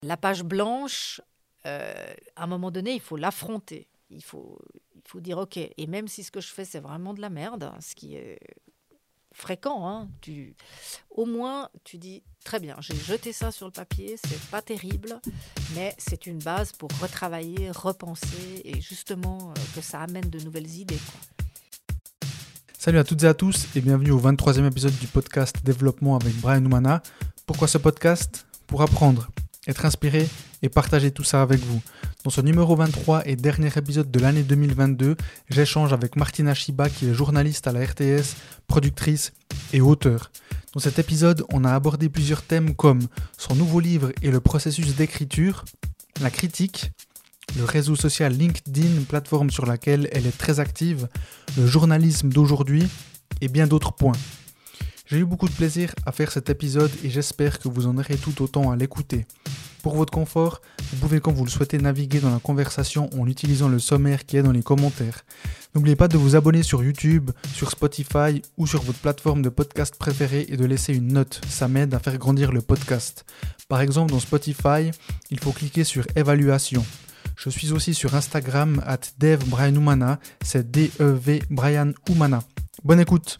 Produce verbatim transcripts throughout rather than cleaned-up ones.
La page blanche, euh, à un moment donné, il faut l'affronter. Il faut, il faut dire OK. Et même si ce que je fais, c'est vraiment de la merde, ce qui est fréquent, hein, tu, au moins, tu dis très bien, j'ai jeté ça sur le papier, c'est pas terrible, mais c'est une base pour retravailler, repenser et justement euh, que ça amène de nouvelles idées, quoi. Salut à toutes et à tous et bienvenue au vingt-troisième épisode du podcast Développement avec Brian Oumana. Pourquoi ce podcast ? Pour apprendre, être inspiré et partager tout ça avec vous. Dans ce numéro vingt-trois et dernier épisode de l'année deux mille vingt-deux, j'échange avec Martina Chiba qui est journaliste à la R T S, productrice et auteure. Dans cet épisode, on a abordé plusieurs thèmes comme son nouveau livre et le processus d'écriture, la critique, le réseau social LinkedIn, plateforme sur laquelle elle est très active, le journalisme d'aujourd'hui et bien d'autres points. J'ai eu beaucoup de plaisir à faire cet épisode et j'espère que vous en aurez tout autant à l'écouter. Pour votre confort, vous pouvez quand vous le souhaitez naviguer dans la conversation en utilisant le sommaire qui est dans les commentaires. N'oubliez pas de vous abonner sur YouTube, sur Spotify ou sur votre plateforme de podcast préférée et de laisser une note, ça m'aide à faire grandir le podcast. Par exemple dans Spotify, il faut cliquer sur évaluation. Je suis aussi sur Instagram at dev brian oumana, c'est D E V Brian Oumana. Bonne écoute.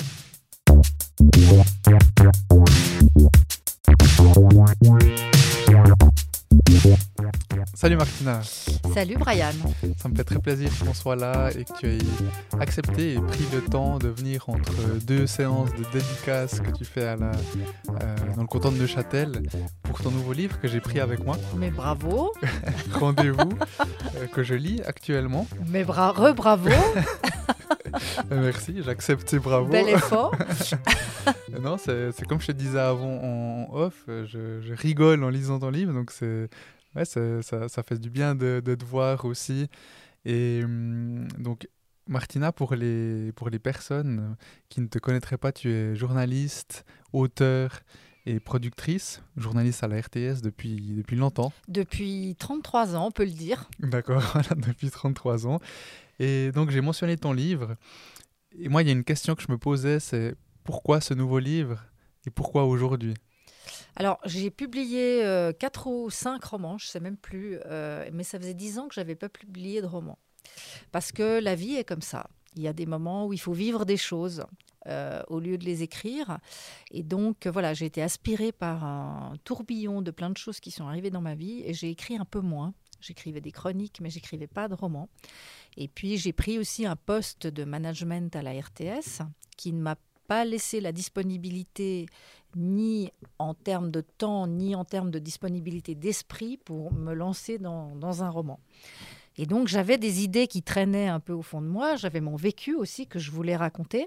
Salut Martina. Salut Brian. Ça me fait très plaisir qu'on soit là et que tu aies accepté et pris le temps de venir entre deux séances de dédicaces que tu fais à la, euh, dans le canton de Neuchâtel pour ton nouveau livre que j'ai pris avec moi. Mais bravo. Rendez-vous euh, que je lis actuellement. Mais bra- re-bravo. Merci, j'accepte tes bravos. Bel effort. Non, c'est, c'est comme je te disais avant en off, je, je rigole en lisant ton livre, donc c'est, ouais, c'est, ça, ça fait du bien de, de te voir aussi. Et hum, donc, Martina, pour les, pour les personnes qui ne te connaîtraient pas, tu es journaliste, auteur et productrice, journaliste à la R T S depuis, depuis longtemps. Depuis trente-trois ans, on peut le dire. D'accord, voilà, depuis trente-trois ans. Et donc, j'ai mentionné ton livre. Et moi, il y a une question que je me posais, c'est pourquoi ce nouveau livre et pourquoi aujourd'hui ? Alors, j'ai publié euh, quatre ou cinq romans, je ne sais même plus, euh, mais ça faisait dix ans que je n'avais pas publié de romans. Parce que la vie est comme ça. Il y a des moments où il faut vivre des choses euh, au lieu de les écrire. Et donc, voilà, j'ai été aspirée par un tourbillon de plein de choses qui sont arrivées dans ma vie et j'ai écrit un peu moins. J'écrivais des chroniques, mais je n'écrivais pas de romans. Et puis, j'ai pris aussi un poste de management à la R T S qui ne m'a pas laissé la disponibilité ni en termes de temps, ni en termes de disponibilité d'esprit pour me lancer dans, dans un roman. Et donc, j'avais des idées qui traînaient un peu au fond de moi. J'avais mon vécu aussi que je voulais raconter.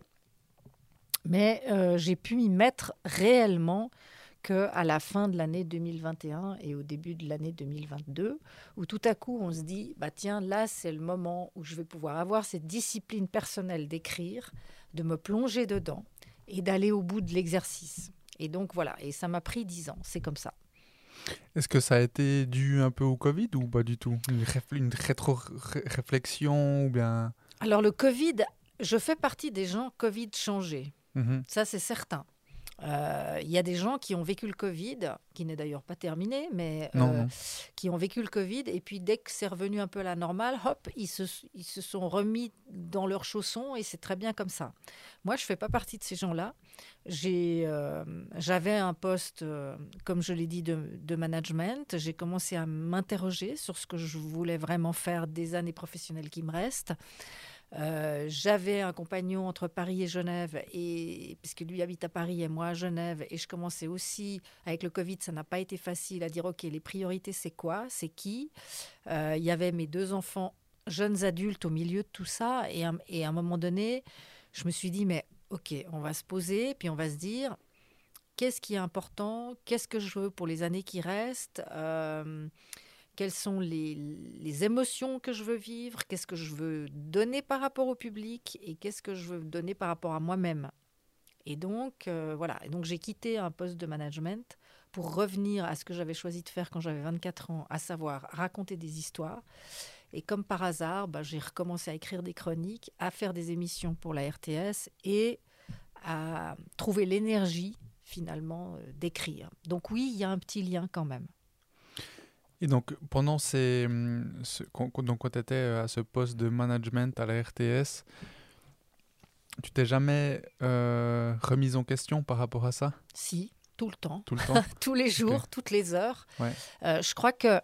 Mais euh, j'ai pu m'y mettre réellement qu'à la fin de l'année deux mille vingt et un et au début de l'année deux mille vingt-deux, où tout à coup, on se dit, bah tiens, là, c'est le moment où je vais pouvoir avoir cette discipline personnelle d'écrire, de me plonger dedans et d'aller au bout de l'exercice. Et donc, voilà. Et ça m'a pris dix ans. C'est comme ça. Est-ce que ça a été dû un peu au Covid ou pas du tout ? Une, réfl- une rétro-réflexion ou bien... Alors, le Covid, je fais partie des gens Covid changés. Mm-hmm. Ça, c'est certain. Il euh, y a des gens qui ont vécu le Covid, qui n'est d'ailleurs pas terminé, mais non, euh, non. qui ont vécu le Covid, et puis dès que c'est revenu un peu à la normale, hop, ils se, ils se sont remis dans leurs chaussons, et c'est très bien comme ça. Moi, je ne fais pas partie de ces gens-là. J'ai, euh, j'avais un poste, euh, comme je l'ai dit, de, de management. J'ai commencé à m'interroger sur ce que je voulais vraiment faire des années professionnelles qui me restent. Euh, j'avais un compagnon entre Paris et Genève, et, puisque lui habite à Paris et moi à Genève, et je commençais aussi, avec le Covid, ça n'a pas été facile à dire, ok, les priorités c'est quoi, c'est qui ? euh, Il y avait mes deux enfants, jeunes adultes au milieu de tout ça, et, et à un moment donné, je me suis dit, mais ok, on va se poser, puis on va se dire, qu'est-ce qui est important ? Qu'est-ce que je veux pour les années qui restent ? euh, Quelles sont les, les émotions que je veux vivre ? Qu'est-ce que je veux donner par rapport au public ? Et qu'est-ce que je veux donner par rapport à moi-même ? Et donc, euh, voilà. Et donc, j'ai quitté un poste de management pour revenir à ce que j'avais choisi de faire quand j'avais vingt-quatre ans, à savoir raconter des histoires. Et comme par hasard, bah, j'ai recommencé à écrire des chroniques, à faire des émissions pour la R T S et à trouver l'énergie, finalement, euh, d'écrire. Donc oui, il y a un petit lien quand même. Et donc, pendant ces... Ce, quand, donc, quand tu étais à ce poste de management à la R T S, tu t'es jamais euh, remise en question par rapport à ça? Si, tout le temps. Tout le temps? Tous les jours, Okay. toutes les heures. Ouais. Euh, je crois que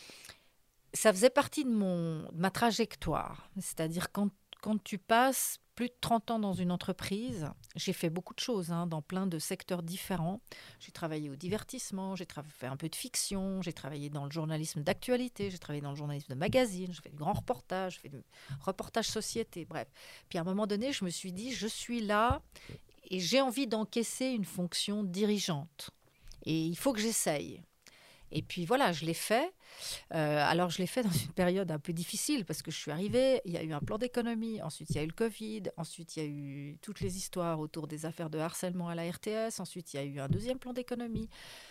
ça faisait partie de, mon, de ma trajectoire. C'est-à-dire quand, quand tu passes plus de trente ans dans une entreprise, j'ai fait beaucoup de choses hein, dans plein de secteurs différents. J'ai travaillé au divertissement, j'ai tra- fait un peu de fiction, j'ai travaillé dans le journalisme d'actualité, j'ai travaillé dans le journalisme de magazine, j'ai fait du grand reportage, j'ai fait du reportage société, bref. Puis à un moment donné, je me suis dit, je suis là et j'ai envie d'encaisser une fonction dirigeante. Et il faut que j'essaye. Et puis voilà, je l'ai fait. Euh, alors, je l'ai fait dans une période un peu difficile parce que je suis arrivée, il y a eu un plan d'économie, ensuite il y a eu le Covid, ensuite il y a eu toutes les histoires autour des affaires de harcèlement à la R T S, ensuite il y a eu un deuxième plan d'économie.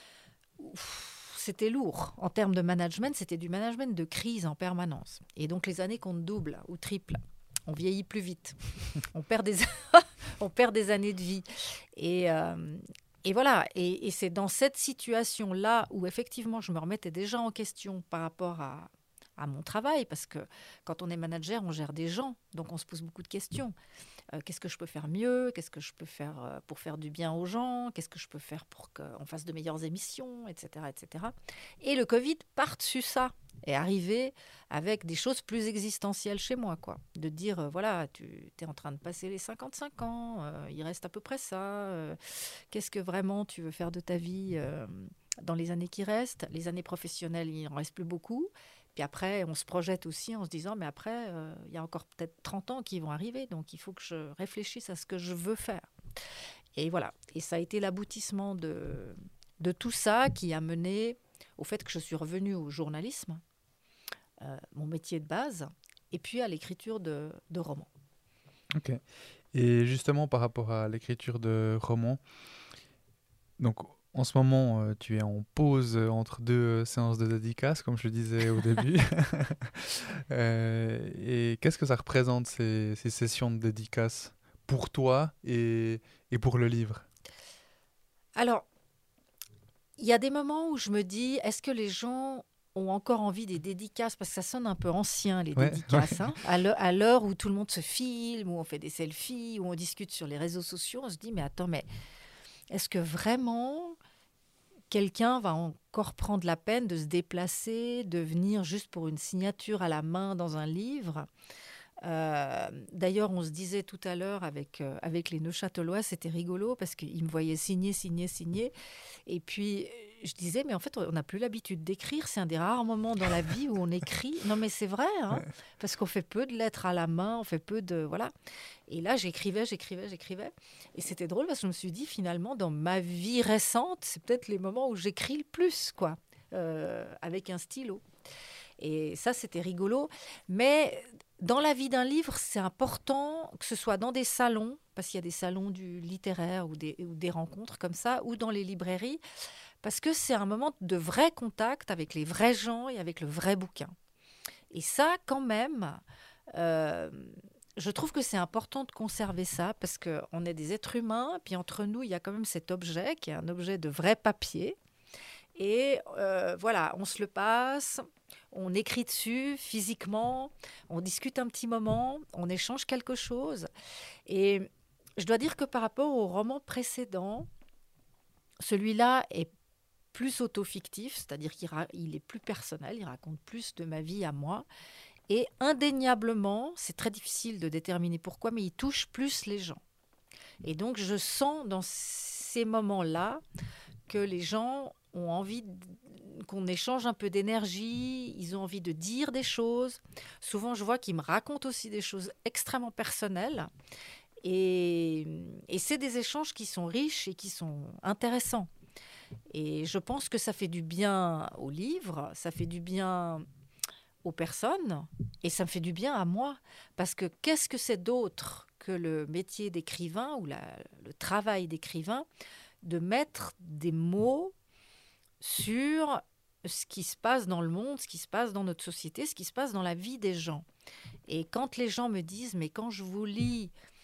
Ouf, c'était lourd. En termes de management, c'était du management de crise en permanence. Et donc, les années comptent double ou triple. On vieillit plus vite. On perd des, on perd des années de vie. Et... Euh, Et voilà, et, et c'est dans cette situation-là où effectivement je me remettais déjà en question par rapport à, à mon travail, parce que quand on est manager, on gère des gens, donc on se pose beaucoup de questions. Euh, qu'est-ce que je peux faire mieux? Qu'est-ce que je peux faire euh, pour faire du bien aux gens? Qu'est-ce que je peux faire pour qu'on fasse de meilleures émissions, et cetera, et cetera. Et le Covid, par-dessus ça, est arrivé avec des choses plus existentielles chez moi, quoi. De dire, euh, voilà, tu es en train de passer les cinquante-cinq ans, euh, il reste à peu près ça. Euh, qu'est-ce que vraiment tu veux faire de ta vie euh, dans les années qui restent? Les années professionnelles, il n'en reste plus beaucoup. Puis après, on se projette aussi en se disant, mais après, euh, il y a encore peut-être trente ans qui vont arriver, donc il faut que je réfléchisse à ce que je veux faire. Et voilà. Et ça a été l'aboutissement de, de tout ça qui a mené au fait que je suis revenue au journalisme, euh, mon métier de base, et puis à l'écriture de, de romans. Ok. Et justement, par rapport à l'écriture de romans, donc en ce moment, euh, tu es en pause euh, entre deux euh, séances de dédicaces, comme je le disais au début. Euh, et qu'est-ce que ça représente, ces, ces sessions de dédicaces, pour toi et, et pour le livre? Alors, il y a des moments où je me dis, est-ce que les gens ont encore envie des dédicaces? Parce que ça sonne un peu ancien, les Ouais, dédicaces. ouais. Hein, à l'heure à l'heure où tout le monde se filme, où on fait des selfies, où on discute sur les réseaux sociaux, on se dit, mais attends, mais est-ce que vraiment quelqu'un va encore prendre la peine de se déplacer, de venir juste pour une signature à la main dans un livre? Euh, D'ailleurs, on se disait tout à l'heure avec, euh, avec les Neuchâtelois, c'était rigolo parce qu'ils me voyaient signer, signer, signer. Et puis, je disais, mais en fait, on n'a plus l'habitude d'écrire. C'est un des rares moments dans la vie où on écrit. Non, mais c'est vrai, hein, Ouais. parce qu'on fait peu de lettres à la main, on fait peu de... Voilà. Et là, j'écrivais, j'écrivais, j'écrivais. Et c'était drôle parce que je me suis dit, finalement, dans ma vie récente, c'est peut-être les moments où j'écris le plus, quoi, euh, avec un stylo. Et ça, c'était rigolo. Mais dans la vie d'un livre, c'est important que ce soit dans des salons, parce qu'il y a des salons du littéraire ou des, ou des rencontres comme ça, ou dans les librairies, parce que c'est un moment de vrai contact avec les vrais gens et avec le vrai bouquin. Et ça, quand même, euh, je trouve que c'est important de conserver ça, parce qu'on est des êtres humains, puis entre nous, il y a quand même cet objet qui est un objet de vrai papier. Et euh, voilà, on se le passe, on écrit dessus physiquement, on discute un petit moment, on échange quelque chose. Et je dois dire que par rapport au roman précédent, celui-là est plus auto-fictif, c'est-à-dire qu'il ra- il est plus personnel, il raconte plus de ma vie à moi. Et indéniablement, c'est très difficile de déterminer pourquoi, mais il touche plus les gens. Et donc, je sens dans ces moments-là que les gens ont envie de, qu'on échange un peu d'énergie, ils ont envie de dire des choses. Souvent, je vois qu'ils me racontent aussi des choses extrêmement personnelles. Et, et c'est des échanges qui sont riches et qui sont intéressants. Et je pense que ça fait du bien au livre, ça fait du bien aux personnes, et ça me fait du bien à moi. Parce que qu'est-ce que c'est d'autre que le métier d'écrivain ou la, le travail d'écrivain, de mettre des mots sur ce qui se passe dans le monde, ce qui se passe dans notre société, ce qui se passe dans la vie des gens. Et quand les gens me disent, mais quand je vous lis,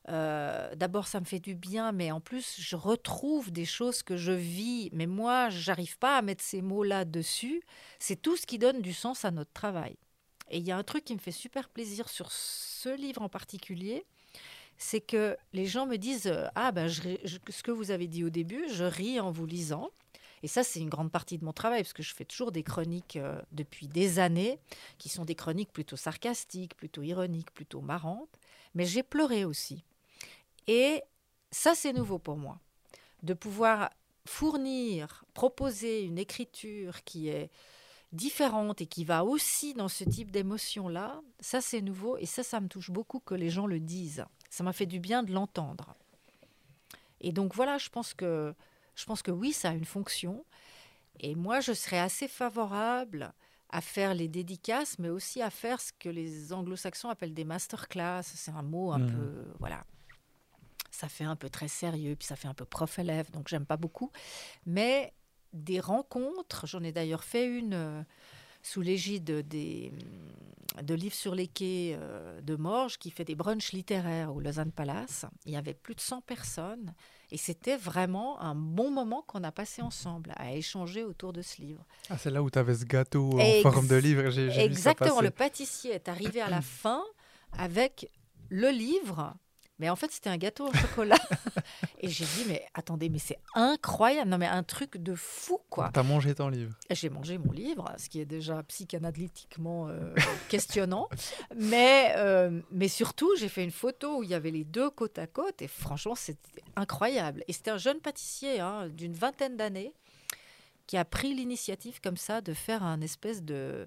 Euh, d'abord, ça me fait du bien, mais en plus, je retrouve des choses que je vis. Mais moi, j'arrive pas à mettre ces mots-là dessus. C'est tout ce qui donne du sens à notre travail. Et il y a un truc qui me fait super plaisir sur ce livre en particulier, c'est que les gens me disent euh, ah ben je, je, ce que vous avez dit au début, je ris en vous lisant. Et ça, c'est une grande partie de mon travail, parce que je fais toujours des chroniques euh, depuis des années, qui sont des chroniques plutôt sarcastiques, plutôt ironiques, plutôt marrantes. Mais j'ai pleuré aussi. Et ça, c'est nouveau pour moi, de pouvoir fournir, proposer une écriture qui est différente et qui va aussi dans ce type d'émotion-là. Ça, c'est nouveau, et ça, ça me touche beaucoup que les gens le disent. Ça m'a fait du bien de l'entendre. Et donc voilà, je pense que, je pense que oui, ça a une fonction. Et moi, je serais assez favorable à faire les dédicaces, mais aussi à faire ce que les anglo-saxons appellent des masterclass. C'est un mot un mmh. peu... Voilà. Ça fait un peu très sérieux, puis ça fait un peu prof-élève, donc j'aime pas beaucoup. Mais des rencontres, j'en ai d'ailleurs fait une euh, sous l'égide des, de Livres sur les quais euh, de Morges, qui fait des brunchs littéraires au Lausanne Palace. Il y avait plus de cent personnes, et c'était vraiment un bon moment qu'on a passé ensemble, à échanger autour de ce livre. Ah, c'est là où tu avais ce gâteau en Ex- forme de livre, j'ai, j'ai Exactement, vu ça passer. Le pâtissier est arrivé à la fin avec le livre. Mais en fait, c'était un gâteau au chocolat. Et j'ai dit, mais attendez, mais c'est incroyable. Non, mais un truc de fou, quoi. T'as mangé ton livre. J'ai mangé mon livre, ce qui est déjà psychanalytiquement euh, questionnant. Mais, euh, mais surtout, j'ai fait une photo où il y avait les deux côte à côte. Et franchement, c'était incroyable. Et c'était un jeune pâtissier hein, d'une vingtaine d'années qui a pris l'initiative comme ça de faire un espèce de...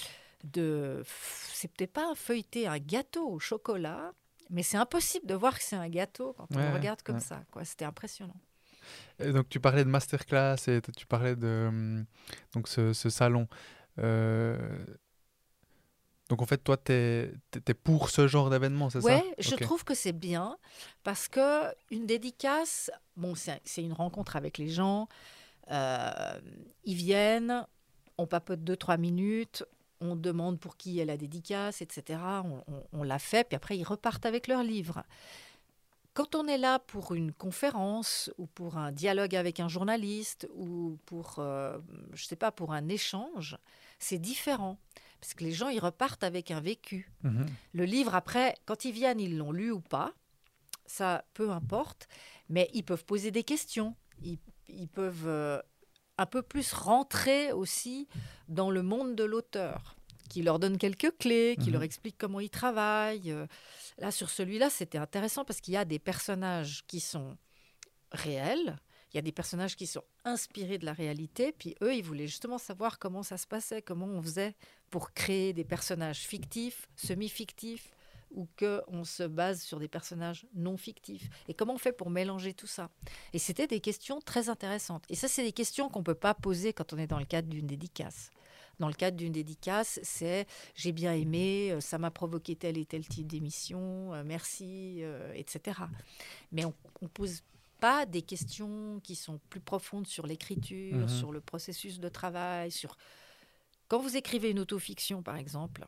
de c'est peut-être pas un feuilleté, un gâteau au chocolat. Mais c'est impossible de voir que c'est un gâteau quand on ouais, le regarde comme ouais. ça, quoi. C'était impressionnant. Et donc, tu parlais de masterclass et tu parlais de donc, ce, ce salon. Euh... Donc, en fait, toi, tu es pour ce genre d'événement, c'est ouais, ça? Oui, je okay. trouve que c'est bien parce qu'une dédicace, bon, c'est, c'est une rencontre avec les gens. Euh, ils viennent, on papote deux, trois minutes. On demande pour qui est la dédicace, et cetera. On, on, on l'a fait, puis après, ils repartent avec leur livre. Quand on est là pour une conférence ou pour un dialogue avec un journaliste ou pour, euh, je sais pas, pour un échange, c'est différent. Parce que les gens, ils repartent avec un vécu. Mmh. Le livre, après, quand ils viennent, ils l'ont lu ou pas. Ça, peu importe. Mais ils peuvent poser des questions. Ils, ils peuvent... Euh, un peu plus rentrer aussi dans le monde de l'auteur, qui leur donne quelques clés, qui mmh. leur explique comment il travaille. Là, sur celui-là, c'était intéressant parce qu'il y a des personnages qui sont réels, il y a des personnages qui sont inspirés de la réalité, puis eux, ils voulaient justement savoir comment ça se passait, comment on faisait pour créer des personnages fictifs, semi-fictifs, ou qu'on se base sur des personnages non fictifs. Et comment on fait pour mélanger tout ça? Et c'était des questions très intéressantes. Et ça, c'est des questions qu'on ne peut pas poser quand on est dans le cadre d'une dédicace. Dans le cadre d'une dédicace, c'est « j'ai bien aimé, ça m'a provoqué tel et tel type d'émission, euh, merci, euh, et cetera » Mais on ne pose pas des questions qui sont plus profondes sur l'écriture, mmh. sur le processus de travail, sur... Quand vous écrivez une autofiction, par exemple...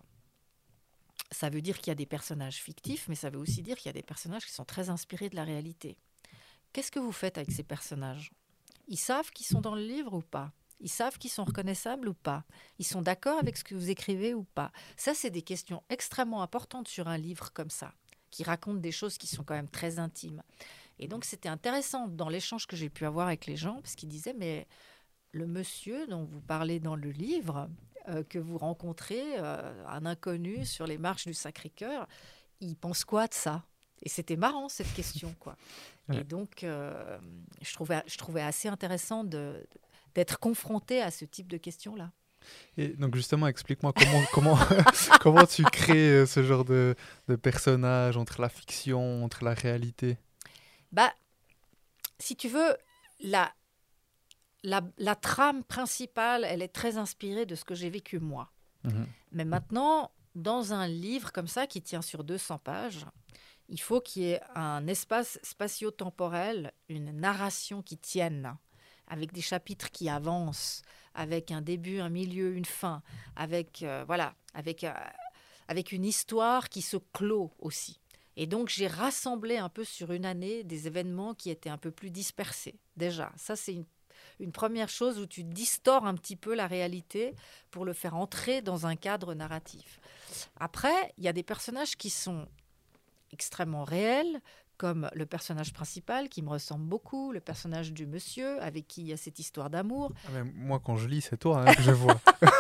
Ça veut dire qu'il y a des personnages fictifs, mais ça veut aussi dire qu'il y a des personnages qui sont très inspirés de la réalité. Qu'est-ce que vous faites avec ces personnages? Ils savent qu'ils sont dans le livre ou pas? Ils savent qu'ils sont reconnaissables ou pas? Ils sont d'accord avec ce que vous écrivez ou pas? Ça, c'est des questions extrêmement importantes sur un livre comme ça, qui raconte des choses qui sont quand même très intimes. Et donc, c'était intéressant dans l'échange que j'ai pu avoir avec les gens, parce qu'ils disaient, mais le monsieur dont vous parlez dans le livre... Euh, que vous rencontrez, euh, un inconnu sur les marches du Sacré-Cœur, il pense quoi de ça? Et c'était marrant, cette question, quoi. Ouais. Et donc, euh, je, trouvais, je trouvais assez intéressant de, d'être confronté à ce type de questions-là. Et donc, justement, explique-moi comment, comment, comment tu crées ce genre de, de personnage entre la fiction, entre la réalité? Bah, si tu veux, la... La, la trame principale, elle est très inspirée de ce que j'ai vécu moi. Mmh. Mais maintenant, dans un livre comme ça, qui tient sur deux cents pages, il faut qu'il y ait un espace spatio-temporel, une narration qui tienne, avec des chapitres qui avancent, avec un début, un milieu, une fin, avec, euh, voilà, avec, euh, avec une histoire qui se clôt aussi. Et donc, j'ai rassemblé un peu sur une année des événements qui étaient un peu plus dispersés. Déjà, ça, c'est une, une première chose où tu distors un petit peu la réalité pour le faire entrer dans un cadre narratif. Après, il y a des personnages qui sont extrêmement réels, comme le personnage principal qui me ressemble beaucoup, le personnage du monsieur avec qui il y a cette histoire d'amour. Ah, mais moi, quand je lis, c'est toi hein, que je vois.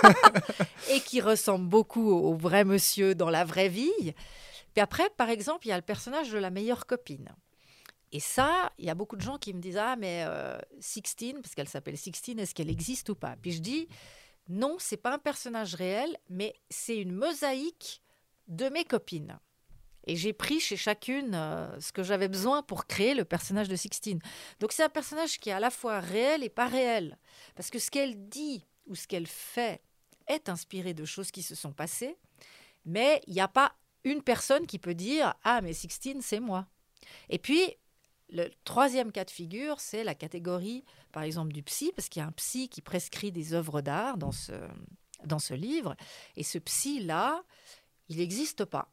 Et qui ressemble beaucoup au vrai monsieur dans la vraie vie. Puis après, par exemple, il y a le personnage de la meilleure copine. Et ça, il y a beaucoup de gens qui me disent « Ah, mais euh, Sixtine, parce qu'elle s'appelle Sixtine, est-ce qu'elle existe ou pas ?» Puis je dis « Non, c'est pas un personnage réel, mais c'est une mosaïque de mes copines. » Et j'ai pris chez chacune euh, ce que j'avais besoin pour créer le personnage de Sixtine. Donc c'est un personnage qui est à la fois réel et pas réel. Parce que ce qu'elle dit ou ce qu'elle fait est inspiré de choses qui se sont passées, mais il n'y a pas une personne qui peut dire « Ah, mais Sixtine, c'est moi ». Et puis, le troisième cas de figure, c'est la catégorie, par exemple, du psy, parce qu'il y a un psy qui prescrit des œuvres d'art dans ce, dans ce livre. Et ce psy-là, il n'existe pas.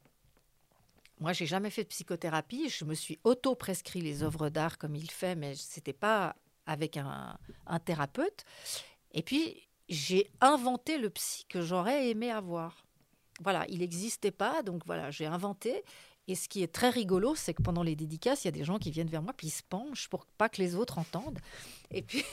Moi, je n'ai jamais fait de psychothérapie. Je me suis auto-prescrit les œuvres d'art comme il fait, mais ce n'était pas avec un, un thérapeute. Et puis, j'ai inventé le psy que j'aurais aimé avoir. Voilà, il n'existait pas, donc voilà, j'ai inventé. Et ce qui est très rigolo, c'est que pendant les dédicaces, il y a des gens qui viennent vers moi, puis ils se penchent pour pas que les autres entendent. Et puis,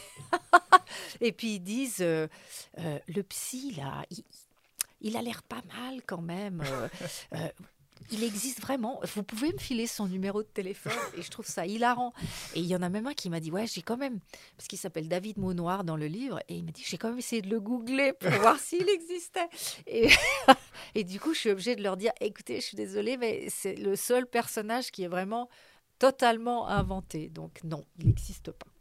et puis ils disent, euh, euh, le psy, là, il, il a l'air pas mal quand même. Euh, euh, il existe vraiment. Vous pouvez me filer son numéro de téléphone et je trouve ça hilarant. Et il y en a même un qui m'a dit, ouais, j'ai quand même, parce qu'il s'appelle David Maunoir dans le livre, et il m'a dit, j'ai quand même essayé de le googler pour voir s'il existait. Et, et du coup, je suis obligée de leur dire, écoutez, je suis désolée, mais c'est le seul personnage qui est vraiment totalement inventé. Donc non, il n'existe pas.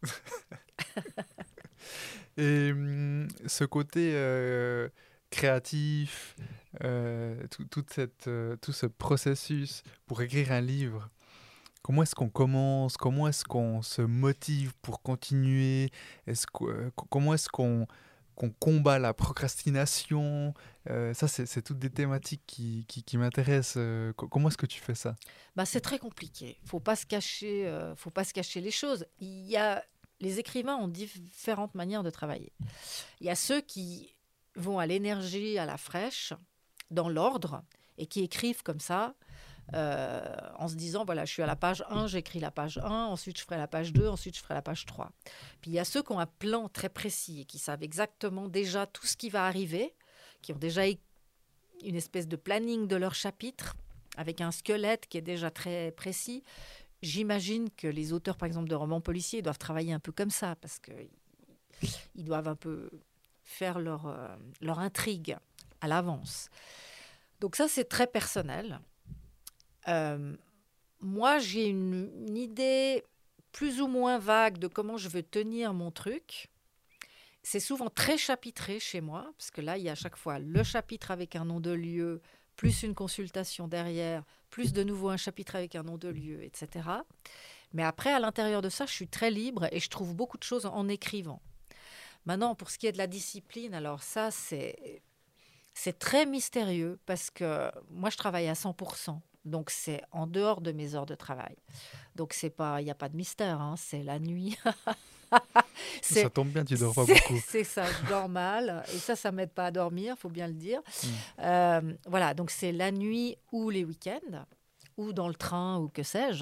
Et hum, ce côté euh, créatif, euh, tout, toute cette, euh, tout ce processus pour écrire un livre, comment est-ce qu'on commence? Comment est-ce qu'on se motive pour continuer? Est-ce que, euh, co- comment est-ce qu'on qu'on combat la procrastination? Euh, Ça, c'est c'est toutes des thématiques qui, qui, qui m'intéressent. Euh, co- comment est-ce que tu fais ça? Bah, c'est très compliqué. Faut pas se cacher, euh, faut pas se cacher les choses. Il y a, les écrivains ont différentes manières de travailler. Il y a ceux qui vont à l'énergie, à la fraîche, dans l'ordre, et qui écrivent comme ça, euh, en se disant, voilà, je suis à la page un, j'écris la page un, ensuite je ferai la page deux, ensuite je ferai la page trois. Puis il y a ceux qui ont un plan très précis et qui savent exactement déjà tout ce qui va arriver, qui ont déjà une espèce de planning de leur chapitre, avec un squelette qui est déjà très précis. J'imagine que les auteurs, par exemple, de romans policiers doivent travailler un peu comme ça, parce qu'ils doivent un peu faire leur, euh, leur intrigue à l'avance. Donc ça, c'est très personnel. Euh, moi, j'ai une, une idée plus ou moins vague de comment je veux tenir mon truc. C'est souvent très chapitré chez moi, parce que là, il y a à chaque fois le chapitre avec un nom de lieu, plus une consultation derrière, plus de nouveau un chapitre avec un nom de lieu, et cetera. Mais après, à l'intérieur de ça, je suis très libre et je trouve beaucoup de choses en écrivant. Maintenant, pour ce qui est de la discipline, alors ça, c'est, c'est très mystérieux parce que moi, je travaille à cent pour cent. Donc, c'est en dehors de mes heures de travail. Donc, c'est pas, il n'y a pas de mystère, hein, c'est la nuit. C'est, ça tombe bien, tu dors pas beaucoup. C'est ça, je dors mal. Et ça, ça ne m'aide pas à dormir, il faut bien le dire. Mm. Euh, voilà, donc c'est la nuit ou les week-ends, ou dans le train, ou que sais-je.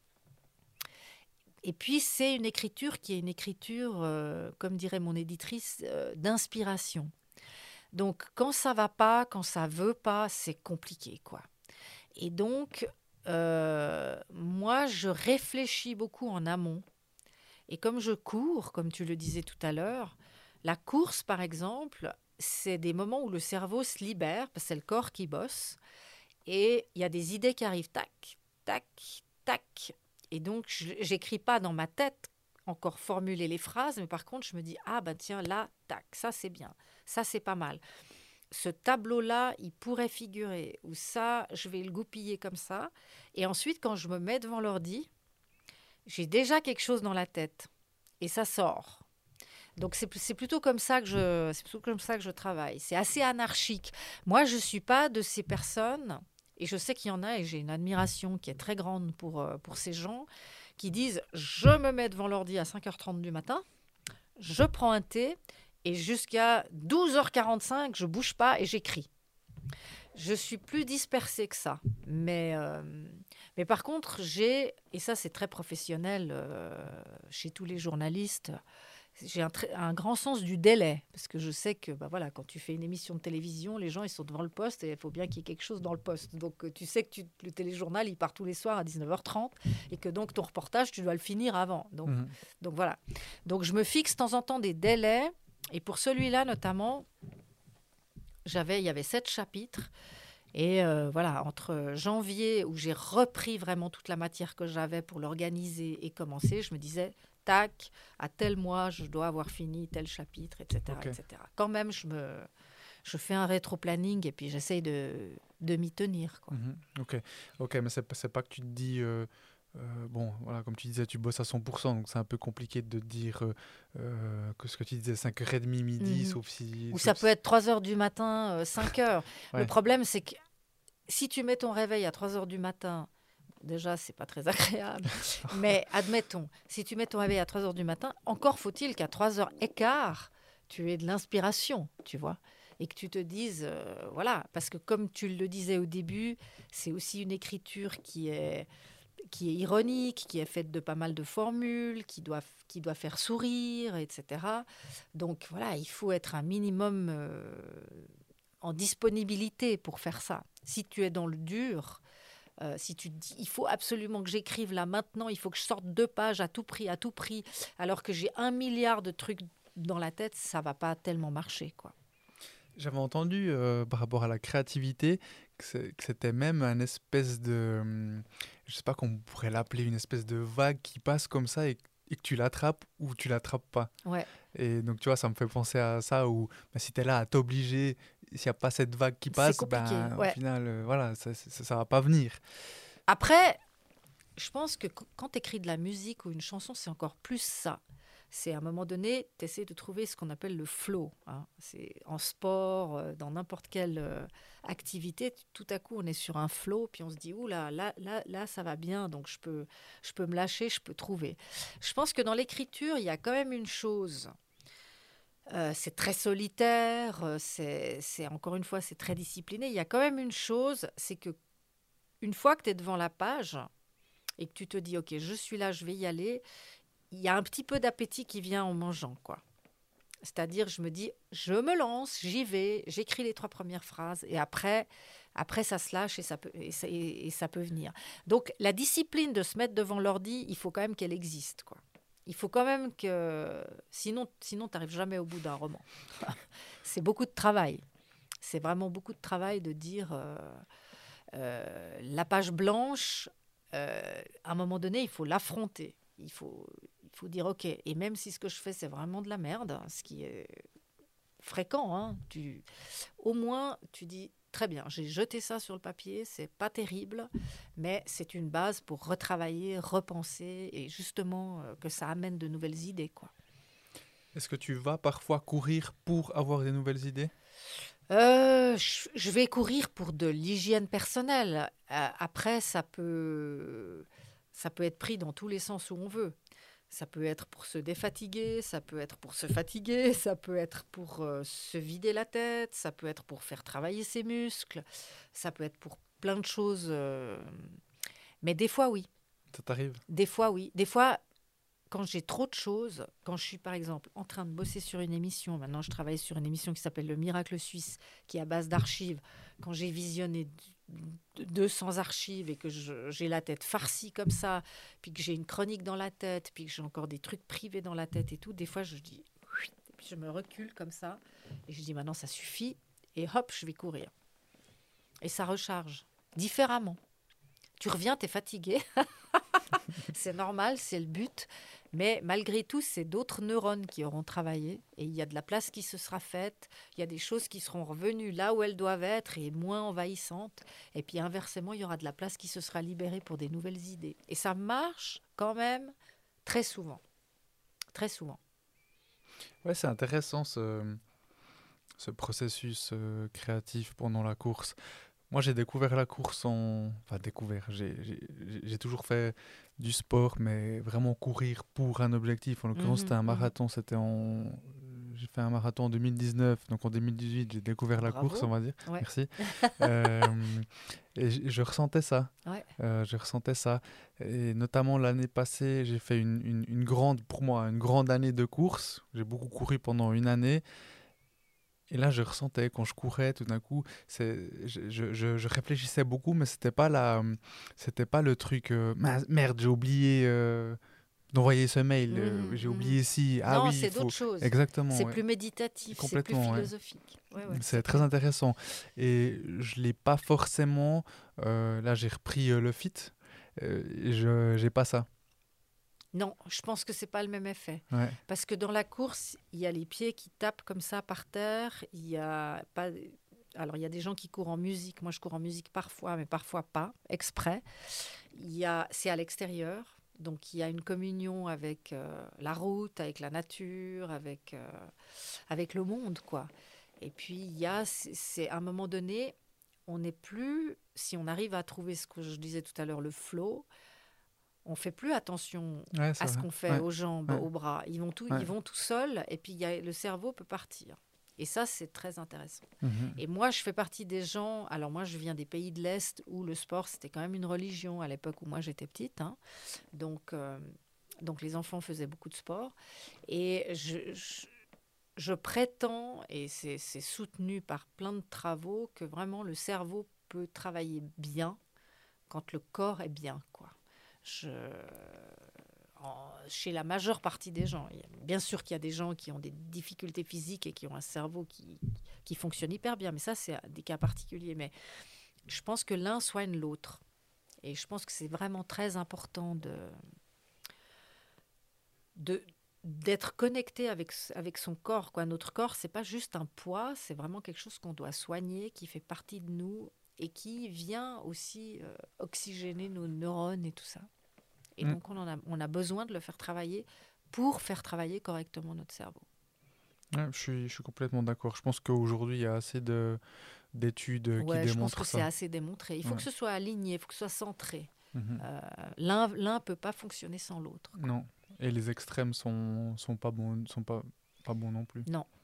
Et puis, c'est une écriture qui est une écriture, euh, comme dirait mon éditrice, euh, d'inspiration. Donc, quand ça va pas, quand ça veut pas, c'est compliqué, quoi. Et donc, euh, moi, je réfléchis beaucoup en amont. Et comme je cours, comme tu le disais tout à l'heure, la course, par exemple, c'est des moments où le cerveau se libère, parce que c'est le corps qui bosse, et il y a des idées qui arrivent, tac, tac, tac. Et donc, je n'écris pas dans ma tête encore formuler les phrases, mais par contre, je me dis, ah ben tiens, là, tac, ça c'est bien, ça c'est pas mal. Ce tableau-là, il pourrait figurer, ou ça, je vais le goupiller comme ça. Et ensuite, quand je me mets devant l'ordi, j'ai déjà quelque chose dans la tête et ça sort. Donc c'est, c'est plutôt comme ça que je, c'est plutôt comme ça que je travaille. C'est assez anarchique. Moi, je suis pas de ces personnes Et je sais qu'il y en a, et j'ai une admiration qui est très grande pour, euh, pour ces gens qui disent « je me mets devant l'ordi à cinq heures trente du matin, je prends un thé, et jusqu'à douze heures quarante-cinq, je ne bouge pas et j'écris ». Je suis plus dispersée que ça. Mais, euh, mais par contre, j'ai, et ça c'est très professionnel euh, chez tous les journalistes, j'ai un, très, un grand sens du délai. Parce que je sais que bah voilà, quand tu fais une émission de télévision, les gens ils sont devant le poste et il faut bien qu'il y ait quelque chose dans le poste. Donc tu sais que tu, le téléjournal il part tous les soirs à dix-neuf heures trente et que donc ton reportage tu dois le finir avant. Donc, mmh. donc voilà. Donc je me fixe de temps en temps des délais. Et pour celui-là notamment, j'avais, il y avait sept chapitres. Et euh, voilà, entre janvier, où j'ai repris vraiment toute la matière que j'avais pour l'organiser et commencer, je me disais, tac, à tel mois, je dois avoir fini tel chapitre, et cetera, okay. et cetera. Quand même, je, me, je fais un rétro-planning et puis j'essaye de, de m'y tenir, quoi. Mmh, ok, ok, mais c'est, c'est pas que tu te dis... Euh... Euh, bon, voilà, comme tu disais, tu bosses à cent pour cent, donc c'est un peu compliqué de te dire euh, euh, que ce que tu disais, cinq heures trente, midi, mmh. sauf si... Ou sauf ça si... peut être trois heures du matin, euh, cinq heures. Ouais. Le problème, c'est que si tu mets ton réveil à trois heures du matin, déjà, c'est pas très agréable, mais admettons, si tu mets ton réveil à trois heures du matin, encore faut-il qu'à trois heures quinze, tu aies de l'inspiration, tu vois, et que tu te dises, euh, voilà, parce que comme tu le disais au début, c'est aussi une écriture qui est... qui est ironique, qui est faite de pas mal de formules, qui doit, qui doit faire sourire, et cetera. Donc voilà, il faut être un minimum euh, en disponibilité pour faire ça. Si tu es dans le dur, euh, si tu te dis il faut absolument que j'écrive là maintenant, il faut que je sorte deux pages à tout prix, à tout prix, alors que j'ai un milliard de trucs dans la tête, ça va pas tellement marcher, quoi. J'avais entendu euh, par rapport à la créativité que, c'est, que c'était même une espèce de, hum, je sais pas qu'on pourrait l'appeler, une espèce de vague qui passe comme ça et, et que tu l'attrapes ou tu l'attrapes pas. Ouais. Et donc tu vois, ça me fait penser à ça où bah, si tu es là à t'obliger, s'il n'y a pas cette vague qui passe, ben, ouais. Au final, euh, voilà, ça, ça, ça va pas venir. Après, je pense que quand tu écris de la musique ou une chanson, c'est encore plus ça. C'est à un moment donné, tu essaies de trouver ce qu'on appelle le flow. Hein. C'est en sport, euh, dans n'importe quelle euh, activité, tout à coup, on est sur un flow, puis on se dit, ouh là, là, là, là, ça va bien, donc je peux, je peux me lâcher, je peux trouver. Je pense que dans l'écriture, il y a quand même une chose. Euh, c'est très solitaire, c'est, c'est, encore une fois, c'est très discipliné. Il y a quand même une chose, c'est que une fois que tu es devant la page et que tu te dis, ok, je suis là, je vais y aller, il y a un petit peu d'appétit qui vient en mangeant, quoi. C'est-à-dire, je me dis, je me lance, j'y vais, j'écris les trois premières phrases et après, après ça se lâche et ça peut, et ça, et, et ça peut venir. Donc, la discipline de se mettre devant l'ordi, il faut quand même qu'elle existe, quoi. Il faut quand même que... Sinon, sinon tu n'arrives jamais au bout d'un roman. C'est beaucoup de travail. C'est vraiment beaucoup de travail de dire euh, euh, la page blanche, euh, à un moment donné, il faut l'affronter. Il faut, il faut dire ok, et même si ce que je fais c'est vraiment de la merde, ce qui est fréquent, hein, tu, au moins tu dis très bien, j'ai jeté ça sur le papier, c'est pas terrible, mais c'est une base pour retravailler, repenser et justement euh, que ça amène de nouvelles idées, quoi. Est-ce que tu vas parfois courir pour avoir des nouvelles idées ? Euh, je, je vais courir pour de l'hygiène personnelle. Euh, après, ça peut, ça peut être pris dans tous les sens où on veut. Ça peut être pour se défatiguer, ça peut être pour se fatiguer, ça peut être pour euh, se vider la tête, ça peut être pour faire travailler ses muscles, ça peut être pour plein de choses. Euh... Mais des fois, oui. Ça t'arrive ? Des fois, oui. Des fois, quand j'ai trop de choses, quand je suis par exemple en train de bosser sur une émission, maintenant je travaille sur une émission qui s'appelle Le Miracle Suisse, qui est à base d'archives, quand j'ai visionné deux cents archives et que je, j'ai la tête farcie comme ça, puis que j'ai une chronique dans la tête, puis que j'ai encore des trucs privés dans la tête et tout, des fois je dis, et puis je me recule comme ça, et je dis maintenant ça suffit, et hop, je vais courir. Et ça recharge, différemment. Tu reviens, t'es fatigué, c'est normal, c'est le but, mais malgré tout, c'est d'autres neurones qui auront travaillé et il y a de la place qui se sera faite, il y a des choses qui seront revenues là où elles doivent être et moins envahissantes, et puis inversement, il y aura de la place qui se sera libérée pour des nouvelles idées. Et ça marche quand même très souvent, très souvent. Ouais, c'est intéressant ce, ce processus euh, créatif pendant la course. Moi, j'ai découvert la course en... Enfin, découvert. J'ai, j'ai, j'ai toujours fait du sport, mais vraiment courir pour un objectif. En l'occurrence, Mhm, c'était un mhm. marathon. C'était en... J'ai fait un marathon en deux mille dix-neuf. Donc, en deux mille dix-huit, j'ai découvert la Bravo. course, on va dire. Ouais. Merci. Euh, et je, je ressentais ça. Ouais. Euh, je ressentais ça. Et notamment, l'année passée, j'ai fait une, une, une grande, pour moi, une grande année de course. J'ai beaucoup couru pendant une année. Et là, je ressentais quand je courais, tout d'un coup, c'est, je, je, je, je réfléchissais beaucoup, mais c'était pas la, c'était pas le truc. euh, Mince, merde, j'ai oublié euh, d'envoyer ce mail. euh, Mhm, j'ai mhm. oublié si. Ah Non, oui, il c'est faut. d'autres choses. Exactement. C'est Ouais. plus méditatif, c'est plus Complètement. Ouais. philosophique. Ouais, ouais, C'est c'est très clair. intéressant. Et je l'ai pas forcément. euh, là, j'ai repris euh, le fit. euh, et je j'ai pas ça. Non, je pense que c'est pas le même effet. Ouais. Parce que dans la course, il y a les pieds qui tapent comme ça par terre. Il y a pas. Alors, il y a des gens qui courent en musique. Moi, je cours en musique parfois, mais parfois pas, exprès. Il y a, c'est à l'extérieur. Donc, il y a une communion avec euh, la route, avec la nature, avec, euh, avec le monde, quoi. Et puis, il y a, c'est, c'est à un moment donné, on n'est plus, si on arrive à trouver ce que je disais tout à l'heure, le flow, on fait plus attention Ouais, c'est à ce vrai. qu'on fait Ouais. aux jambes, Ouais. aux bras. Ils vont tout, Ouais. ils vont tout seuls, et puis il y a, le cerveau peut partir. Et ça, c'est très intéressant. Mhm. Et moi, je fais partie des gens. Alors moi, je viens des pays de l'Est où le sport c'était quand même une religion à l'époque où moi j'étais petite. Hein. Donc, euh, donc les enfants faisaient beaucoup de sport. Et je, je, je prétends, et c'est, c'est soutenu par plein de travaux, que vraiment le cerveau peut travailler bien quand le corps est bien, quoi. Je, en, chez la majeure partie des gens. Il y a, bien sûr qu'il y a des gens qui ont des difficultés physiques et qui ont un cerveau qui, qui fonctionne hyper bien, mais ça, c'est des cas particuliers. Mais je pense que l'un soigne l'autre. Et je pense que c'est vraiment très important de, de, d'être connecté avec, avec son corps, quoi. Notre corps, c'est pas juste un poids, c'est vraiment quelque chose qu'on doit soigner, qui fait partie de nous et qui vient aussi euh, oxygéner nos neurones et tout ça. Et Mm. donc, on, en a, on a besoin de le faire travailler pour faire travailler correctement notre cerveau. Ouais, je suis, je suis complètement d'accord. Je pense qu'aujourd'hui, il y a assez de, d'études euh, qui Ouais, je pense démontrent que ça. c'est assez démontré. Il faut Ouais. que ce soit aligné, il faut que ce soit centré. Mhm. Euh, l'un l'un peut pas fonctionner sans l'autre. Quoi. Non. Et les extrêmes sont, sont pas bons, sont pas, pas bons non plus. Non.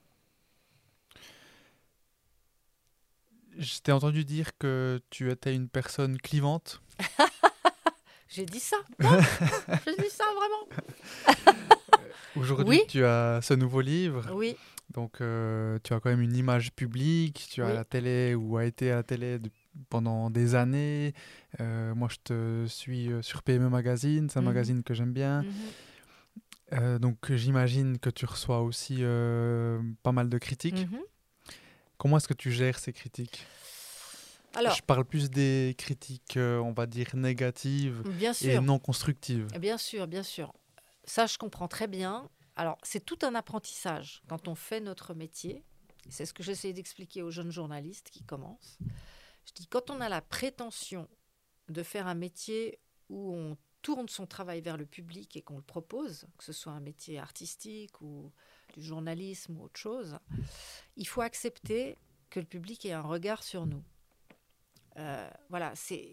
Je t'ai entendu dire que tu étais une personne clivante. J'ai dit ça. Non, j'ai dit ça vraiment. Aujourd'hui, Oui. tu as ce nouveau livre. Oui. Donc, euh, tu as quand même une image publique. Tu as Oui. à la télé ou a été à la télé de- pendant des années. Euh, moi, je te suis euh, sur P M E Magazine. C'est un Mhm. magazine que j'aime bien. Mhm. Euh, donc, j'imagine que tu reçois aussi euh, pas mal de critiques. Mhm. Comment est-ce que tu gères ces critiques ? Alors, Je parle plus des critiques, euh, on va dire, négatives bien et sûr. non constructives. Bien sûr, bien sûr. Ça, je comprends très bien. Alors, c'est tout un apprentissage quand on fait notre métier. C'est ce que j'essaie d'expliquer aux jeunes journalistes qui commencent. Je dis, quand on a la prétention de faire un métier où on tourne son travail vers le public et qu'on le propose, que ce soit un métier artistique ou du journalisme ou autre chose, il faut accepter que le public ait un regard sur nous. Euh, voilà, c'est...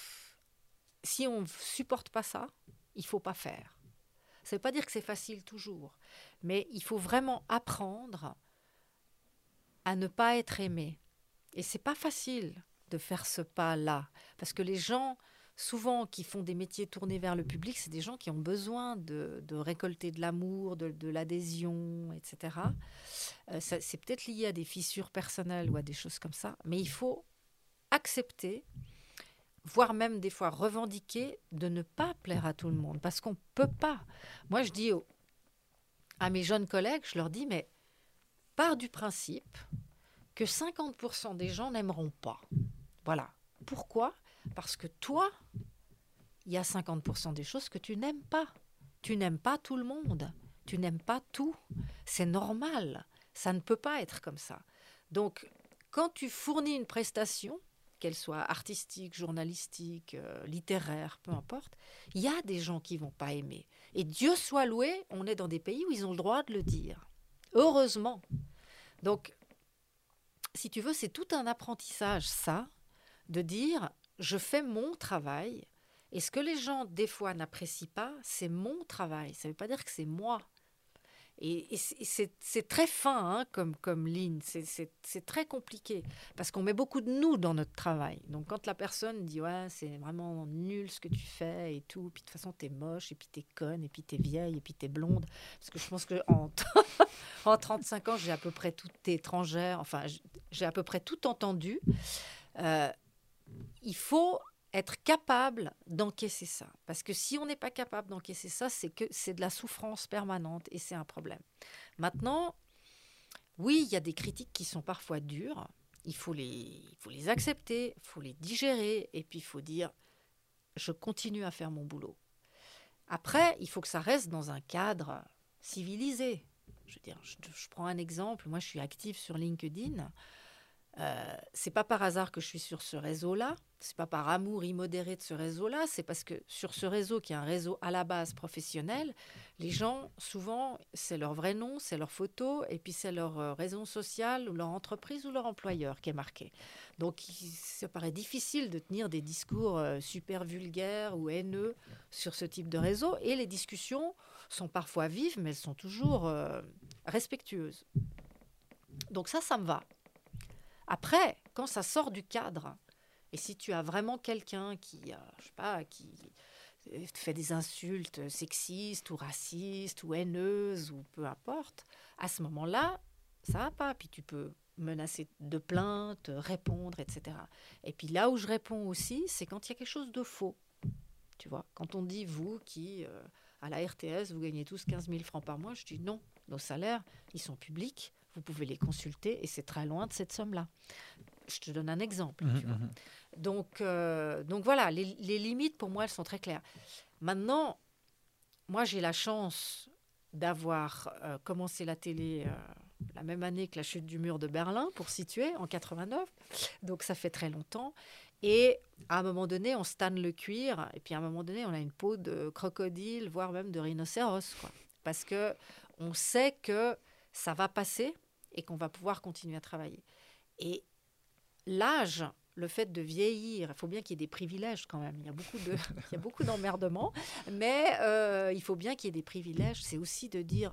Si on ne supporte pas ça, il ne faut pas faire. Ça ne veut pas dire que c'est facile toujours, mais il faut vraiment apprendre à ne pas être aimé. Et ce n'est pas facile de faire ce pas-là, parce que les gens, souvent, qui font des métiers tournés vers le public, c'est des gens qui ont besoin de, de récolter de l'amour, de, de l'adhésion, et cetera. Euh, ça, c'est peut-être lié à des fissures personnelles ou à des choses comme ça, mais il faut accepter, voire même des fois revendiquer, de ne pas plaire à tout le monde, parce qu'on ne peut pas. Moi, je dis aux, à mes jeunes collègues, je leur dis, mais pars du principe que cinquante pour cent des gens n'aimeront pas. Voilà. Pourquoi ? Parce que toi, il y a cinquante pour cent des choses que tu n'aimes pas. Tu n'aimes pas tout le monde. Tu n'aimes pas tout. C'est normal. Ça ne peut pas être comme ça. Donc, quand tu fournis une prestation, qu'elle soit artistique, journalistique, euh, littéraire, peu importe, il y a des gens qui ne vont pas aimer. Et Dieu soit loué, on est dans des pays où ils ont le droit de le dire. Heureusement. Donc, si tu veux, c'est tout un apprentissage, ça, de dire, je fais mon travail, et ce que les gens, des fois, n'apprécient pas, c'est mon travail. Ça ne veut pas dire que c'est moi. Et, et c'est, c'est, c'est très fin hein, comme, comme ligne, c'est, c'est, c'est très compliqué, parce qu'on met beaucoup de nous dans notre travail. Donc quand la personne dit « ouais, c'est vraiment nul ce que tu fais et tout, puis de toute façon, t'es moche, et puis t'es conne, et puis t'es vieille, et puis t'es blonde », parce que je pense qu'en en trente-cinq ans, j'ai à peu près tout étrangère, enfin, j'ai à peu près tout entendu. Euh, il faut être capable d'encaisser ça. Parce que si on n'est pas capable d'encaisser ça, c'est que c'est de la souffrance permanente et c'est un problème. Maintenant, oui, il y a des critiques qui sont parfois dures. Il faut les, il faut les accepter, il faut les digérer et puis il faut dire « je continue à faire mon boulot ». Après, il faut que ça reste dans un cadre civilisé. Je veux dire, je, je prends un exemple. Moi, je suis active sur LinkedIn. Euh, c'est pas par hasard que je suis sur ce réseau-là, c'est pas par amour immodéré de ce réseau-là, c'est parce que sur ce réseau qui est un réseau à la base professionnel, les gens, souvent, c'est leur vrai nom, c'est leur photo, et puis c'est leur euh, raison sociale, ou leur entreprise, ou leur employeur qui est marqué. Donc, il, ça paraît difficile de tenir des discours euh, super vulgaires ou haineux sur ce type de réseau, et les discussions sont parfois vives, mais elles sont toujours euh, respectueuses. Donc ça, ça me va. Après, quand ça sort du cadre, et si tu as vraiment quelqu'un qui, euh, je sais pas, qui te fait des insultes sexistes ou racistes ou haineuses ou peu importe, à ce moment-là, ça va pas. Puis tu peux menacer de plainte, répondre, et cetera. Et puis là où je réponds aussi, c'est quand il y a quelque chose de faux. Tu vois, quand on dit, vous qui, euh, à la R T S, vous gagnez tous quinze mille francs par mois, je dis non, nos salaires, ils sont publics. Vous pouvez les consulter et c'est très loin de cette somme-là. Je te donne un exemple. Mmh, tu vois. Mmh. Donc, euh, donc voilà, les, les limites pour moi, elles sont très claires. Maintenant, moi, j'ai la chance d'avoir euh, commencé la télé euh, la même année que la chute du mur de Berlin, pour situer, en quatre-vingt-neuf. Donc ça fait très longtemps. Et à un moment donné, on stanne le cuir. Et puis à un moment donné, on a une peau de crocodile, voire même de rhinocéros, quoi. Parce qu'on sait que ça va passer et qu'on va pouvoir continuer à travailler. Et l'âge, le fait de vieillir, il faut bien qu'il y ait des privilèges quand même. Il y a beaucoup, de, il y a beaucoup d'emmerdements, mais euh, il faut bien qu'il y ait des privilèges. C'est aussi de dire,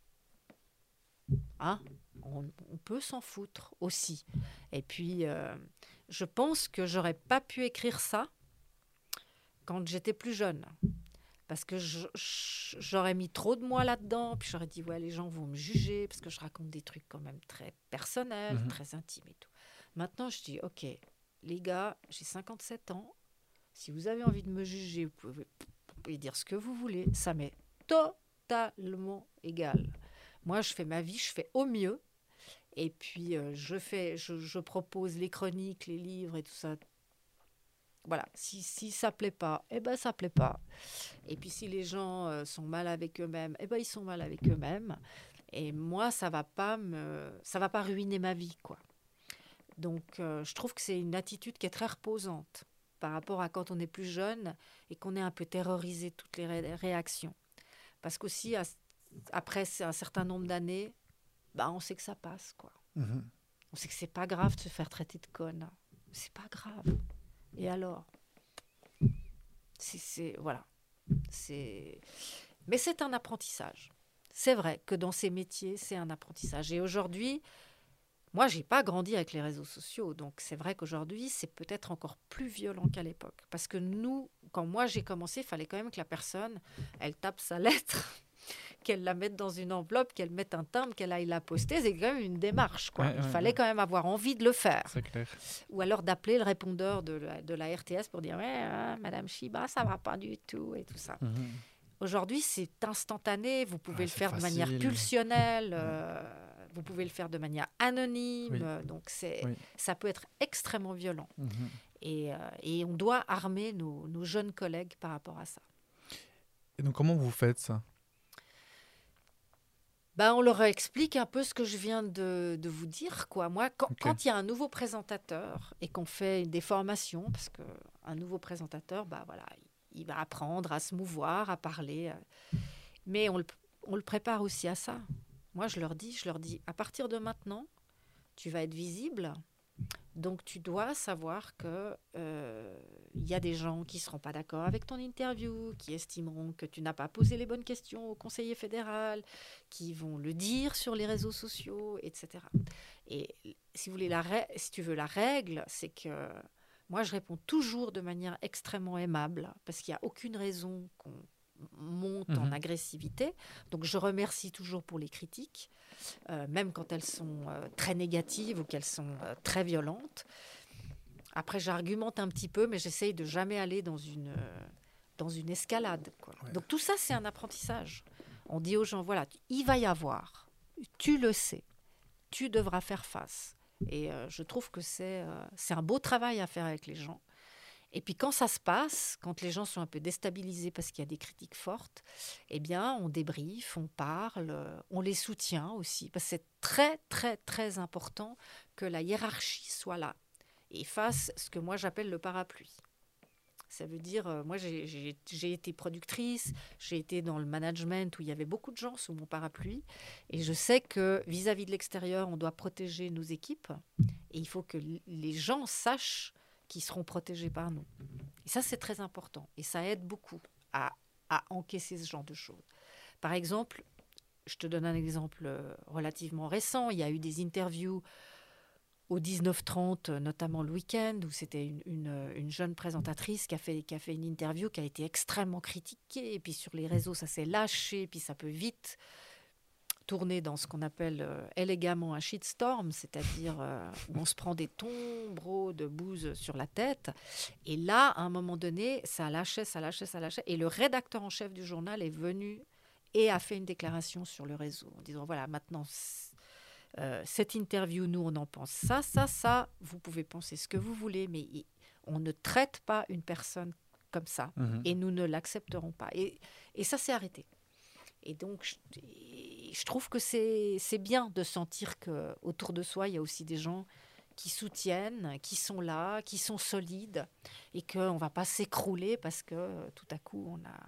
hein, on, on peut s'en foutre aussi. Et puis, euh, je pense que j'aurais pas pu écrire ça quand j'étais plus jeune. Parce que je, je, j'aurais mis trop de moi là-dedans, puis j'aurais dit, ouais, les gens vont me juger, parce que je raconte des trucs quand même très personnels, mmh. très intimes et tout. Maintenant, je dis, ok, les gars, j'ai cinquante-sept ans, si vous avez envie de me juger, vous pouvez, vous pouvez dire ce que vous voulez, ça m'est totalement égal. Moi, je fais ma vie, je fais au mieux, et puis euh, je, fais, je, je propose les chroniques, les livres et tout ça. Voilà, si, si ça ne plaît pas, eh ben ça ne plaît pas. Et puis si les gens euh, sont mal avec eux-mêmes, eh ben ils sont mal avec eux-mêmes. Et moi, ça ne va pas me, ça va pas ruiner ma vie, quoi. Donc, euh, je trouve que c'est une attitude qui est très reposante par rapport à quand on est plus jeune et qu'on est un peu terrorisé de toutes les ré- réactions. Parce qu'aussi, à, après un certain nombre d'années, bah, on sait que ça passe, quoi. Mmh. On sait que c'est pas grave de se faire traiter de conne. C'est pas grave. Et alors, c'est, c'est, voilà. C'est... Mais c'est un apprentissage. C'est vrai que dans ces métiers, c'est un apprentissage. Et aujourd'hui, moi, je n'ai pas grandi avec les réseaux sociaux. Donc, c'est vrai qu'aujourd'hui, c'est peut-être encore plus violent qu'à l'époque. Parce que nous, quand moi, j'ai commencé, il fallait quand même que la personne, elle tape sa lettre, qu'elle la mette dans une enveloppe, qu'elle mette un timbre, qu'elle aille la poster. C'est quand même une démarche, quoi. Ouais, il ouais, fallait ouais. quand même avoir envie de le faire. C'est clair. Ou alors d'appeler le répondeur de la, de la R T S pour dire « Ouais, hein, Madame Chiba, ça ne va pas du tout » et tout ça. Mm-hmm. Aujourd'hui, c'est instantané. Vous pouvez ah, le faire facile. De manière pulsionnelle. Euh, vous pouvez le faire de manière anonyme. Oui. Euh, donc, c'est, oui. ça peut être extrêmement violent. Mm-hmm. Et, euh, et on doit armer nos, nos jeunes collègues par rapport à ça. Et donc, comment vous faites ça ? Ben, on leur explique un peu ce que je viens de, de vous dire, quoi. Moi, quand, okay. quand il y a un nouveau présentateur et qu'on fait des formations, parce qu'un nouveau présentateur, ben, voilà, il va apprendre à se mouvoir, à parler. Mais on le, on le prépare aussi à ça. Moi, je leur dis, je leur dis, à partir de maintenant, tu vas être visible, Donc, tu dois savoir qu'il euh, y a des gens qui ne seront pas d'accord avec ton interview, qui estimeront que tu n'as pas posé les bonnes questions au conseiller fédéral, qui vont le dire sur les réseaux sociaux, et cetera. Et si, vous voulez la rè- si tu veux la règle, c'est que moi, je réponds toujours de manière extrêmement aimable, parce qu'il n'y a aucune raison qu'on monte en Mhm. agressivité. Donc, je remercie toujours pour les critiques. Euh, même quand elles sont euh, très négatives ou qu'elles sont euh, très violentes. Après, j'argumente un petit peu, mais j'essaye de jamais aller dans une, euh, dans une escalade, quoi. Ouais. Donc tout ça, c'est un apprentissage. On dit aux gens, voilà, il va y avoir, tu le sais, tu devras faire face. Et euh, je trouve que c'est, euh, c'est un beau travail à faire avec les gens. Et puis quand ça se passe, quand les gens sont un peu déstabilisés parce qu'il y a des critiques fortes, eh bien, on débriefe, on parle, euh, on les soutient aussi. Parce que c'est très, très, très important que la hiérarchie soit là et fasse ce que moi j'appelle le parapluie. Ça veut dire, euh, moi j'ai, j'ai, j'ai été productrice, j'ai été dans le management où il y avait beaucoup de gens sous mon parapluie. Et je sais que vis-à-vis de l'extérieur, on doit protéger nos équipes. Et il faut que l- les gens sachent qu'ils seront protégés par nous. Et ça, c'est très important. Et ça aide beaucoup à, à encaisser ce genre de choses. Par exemple, je te donne un exemple euh, relativement récent. Il y a eu des interviews au dix-neuf trente, notamment le week-end, où c'était une, une, une jeune présentatrice qui a, fait, qui a fait une interview qui a été extrêmement critiquée. Et puis sur les réseaux, ça s'est lâché, puis ça peut vite tourner dans ce qu'on appelle euh, élégamment un shitstorm, c'est-à-dire euh, où on se prend des tombereaux de bouse sur la tête. Et là, à un moment donné, ça lâchait, ça lâchait, ça lâchait. Et le rédacteur en chef du journal est venu et a fait une déclaration sur le réseau en disant, voilà, maintenant, euh, cette interview, nous, on en pense ça, ça, ça. Vous pouvez penser ce que vous voulez, mais y- on ne traite pas une personne comme ça. Mhm. Et nous ne l'accepterons pas. Et, et ça s'est arrêté. Et donc, je, je trouve que c'est, c'est bien de sentir qu'autour de soi, il y a aussi des gens qui soutiennent, qui sont là, qui sont solides, et qu'on ne va pas s'écrouler parce que euh, tout à coup, on a,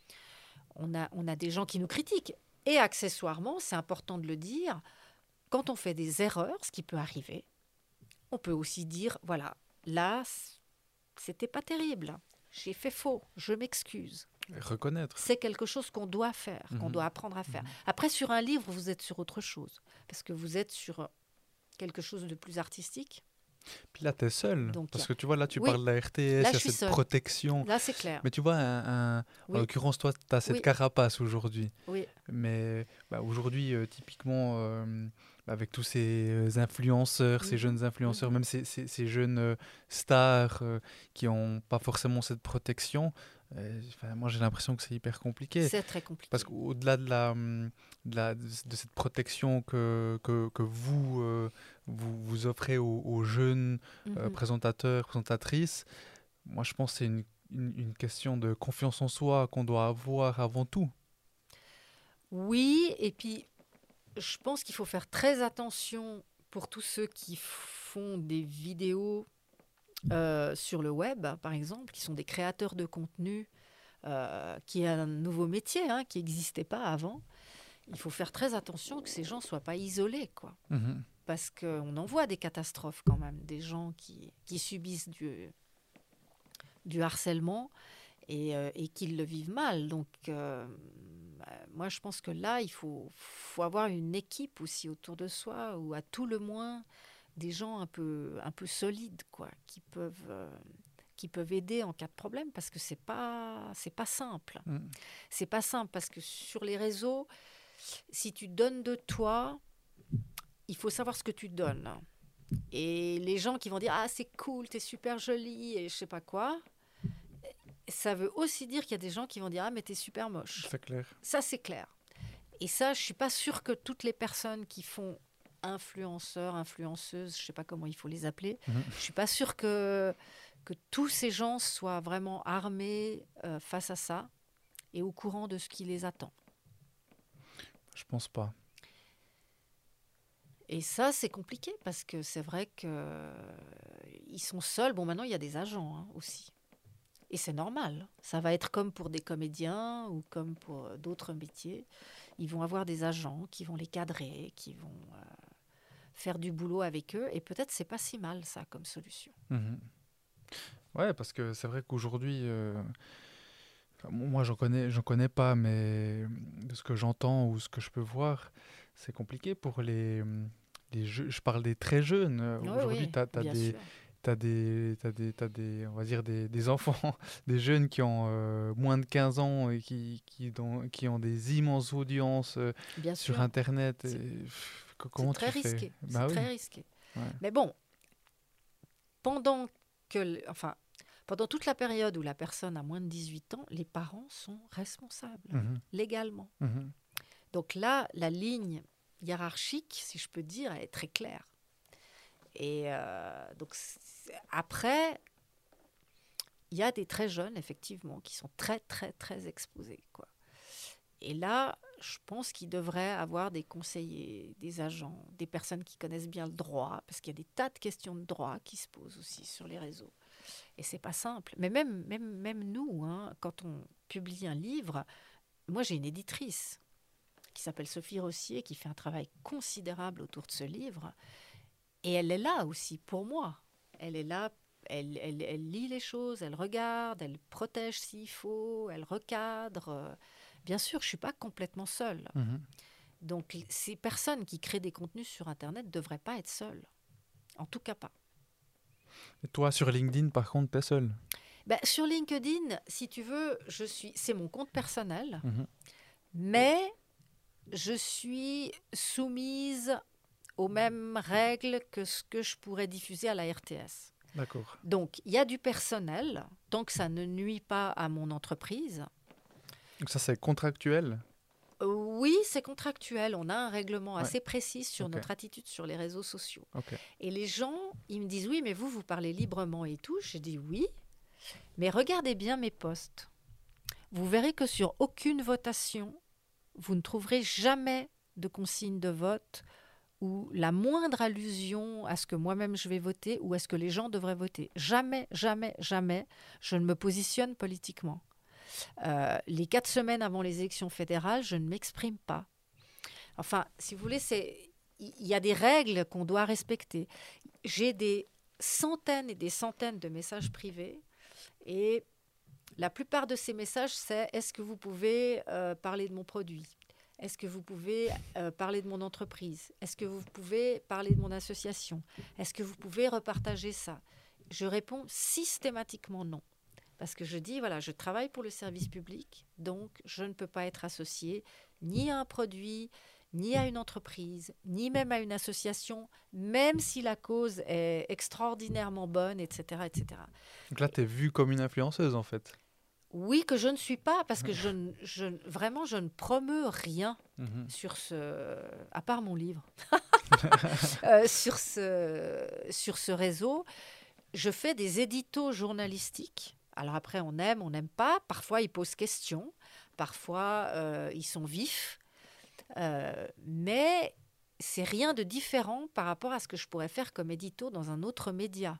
on, a, on a des gens qui nous critiquent. Et accessoirement, c'est important de le dire, quand on fait des erreurs, ce qui peut arriver, on peut aussi dire, voilà, là, c'était pas terrible, j'ai fait faux, je m'excuse. Et reconnaître. C'est quelque chose qu'on doit faire, qu'on Mhm. doit apprendre à faire. Mhm. Après, sur un livre, vous êtes sur autre chose, parce que vous êtes sur quelque chose de plus artistique. Puis là, tu es seul. Donc, Parce y a- que tu vois, là, tu Oui, parles de la R T S, là, il y je a suis cette seule. protection. Là, c'est clair. Mais tu vois, un, un- Oui. en l'occurrence, toi, tu as cette Oui. carapace aujourd'hui. Oui, Mais bah, aujourd'hui, euh, typiquement, euh, avec tous ces euh, influenceurs, ces Mhm. jeunes influenceurs, Mhm. même ces, ces- ces jeunes euh, stars euh, qui n'ont pas forcément cette protection, euh, 'fin, moi j'ai l'impression que c'est hyper compliqué. c'est très compliqué. Parce qu'au-delà de, la, hum, de, la, de de cette protection que, que, que vous, euh, vous, vous offrez aux, aux jeunes euh, Mhm. présentateurs, présentatrices, moi je pense que c'est une, une, une question de confiance en soi qu'on doit avoir avant tout. Oui, et puis je pense qu'il faut faire très attention pour tous ceux qui font des vidéos euh, sur le web, par exemple, qui sont des créateurs de contenu, euh, qui est un nouveau métier, hein, qui n'existait pas avant. Il faut faire très attention que ces gens ne soient pas isolés, quoi. Mhm. Parce qu'on en voit des catastrophes quand même, des gens qui, qui subissent du, du harcèlement et, euh, et qui le vivent mal. Donc, euh, bah, moi, je pense que là, il faut, faut avoir une équipe aussi autour de soi, ou à tout le moins des gens un peu, un peu solides, quoi, qui peuvent, euh, qui peuvent aider en cas de problème, parce que c'est pas, c'est pas simple. Mhm. C'est pas simple parce que sur les réseaux, si tu donnes de toi, il faut savoir ce que tu donnes. Et les gens qui vont dire ah c'est cool, t'es super jolie et je sais pas quoi, ça veut aussi dire qu'il y a des gens qui vont dire ah mais t'es super moche. C'est clair. Ça c'est clair. Et ça, je suis pas sûre que toutes les personnes qui font influenceurs, influenceuses, je sais pas comment il faut les appeler, Mhm. je suis pas sûre que que tous ces gens soient vraiment armés euh, face à ça et au courant de ce qui les attend. Je pense pas. Et ça, c'est compliqué parce que c'est vrai qu'ils euh, sont seuls. Bon, maintenant, il y a des agents hein, aussi. Et c'est normal. Ça va être comme pour des comédiens ou comme pour euh, d'autres métiers. Ils vont avoir des agents qui vont les cadrer, qui vont euh, faire du boulot avec eux. Et peut-être c'est pas si mal ça comme solution. Mhm. Ouais, parce que c'est vrai qu'aujourd'hui, euh, enfin, moi j'en connais, j'en connais pas, mais de ce que j'entends ou ce que je peux voir, c'est compliqué pour les, les jeux. Je parle des très jeunes. Euh, Oui, Aujourd'hui, oui, tu as bien des, sûr. t'as des, t'as des, t'as des, on va dire des, des enfants, des jeunes qui ont euh, moins de quinze ans et qui, qui, dans- qui ont des immenses audiences euh, Bien sur sûr. Internet. Et, C'est pff, co- c'est comment très tu fais? risqué. C'est Bah oui. très risqué. Ouais. Mais bon, pendant que, le- enfin, pendant toute la période où la personne a moins de dix-huit ans, les parents sont responsables Mhm, légalement. mhm, Donc là, la ligne hiérarchique, si je peux dire, elle est très claire. Et euh, donc c'est- après, il y a des très jeunes, effectivement, qui sont très, très, très exposés, quoi. Et là, je pense qu'il devrait avoir des conseillers, des agents, des personnes qui connaissent bien le droit, parce qu'il y a des tas de questions de droit qui se posent aussi sur les réseaux. Et c'est pas simple. Mais même, même, même nous, hein, quand on publie un livre, moi j'ai une éditrice qui s'appelle Sophie Rossier, qui fait un travail considérable autour de ce livre. Et elle est là aussi pour moi. Elle est là, elle, elle, elle lit les choses, elle regarde, elle protège s'il faut, elle recadre. Bien sûr, je ne suis pas complètement seule. mhm. Donc, ces personnes qui créent des contenus sur Internet ne devraient pas être seules. En tout cas pas. Et toi, sur LinkedIn, par contre, t'es seul. Ben, sur LinkedIn, si tu veux, je suis, c'est mon compte personnel, Mhm. mais je suis soumise aux mêmes règles que ce que je pourrais diffuser à la R T S. D'accord. Donc, il y a du personnel, tant que ça ne nuit pas à mon entreprise. Donc ça, c'est contractuel. Euh, oui, c'est contractuel. On a un règlement Ouais. assez précis sur Ok. notre attitude sur les réseaux sociaux. Ok. Et les gens, ils me disent, oui, mais vous, vous parlez librement et tout. Je dis oui, mais regardez bien mes posts. Vous verrez que sur aucune votation, vous ne trouverez jamais de consigne de vote ou la moindre allusion à ce que moi-même je vais voter ou à ce que les gens devraient voter. Jamais, jamais, jamais, je ne me positionne politiquement. Euh, les quatre semaines avant les élections fédérales, je ne m'exprime pas. Enfin, si vous voulez, c'est, il y a des règles qu'on doit respecter. J'ai des centaines et des centaines de messages privés et la plupart de ces messages, c'est « Est-ce que vous pouvez euh, parler de mon produit ? Est-ce que vous pouvez euh, parler de mon entreprise ? Est-ce que vous pouvez parler de mon association ? Est-ce que vous pouvez repartager ça ?» Je réponds systématiquement non. Parce que je dis, voilà, je travaille pour le service public, donc je ne peux pas être associée ni à un produit, ni à une entreprise, ni même à une association, même si la cause est extraordinairement bonne, et cetera, et cetera. Donc là, tu es vue comme une influenceuse, en fait. Oui, que je ne suis pas, parce que je, ne- je, vraiment, je ne promeus rien Mhm. sur ce, à part mon livre, euh, sur, ce, sur ce réseau. Je fais des éditos journalistiques. Alors après, on aime, on n'aime pas. Parfois, ils posent question. Parfois, euh, ils sont vifs. Euh, mais c'est rien de différent par rapport à ce que je pourrais faire comme édito dans un autre média.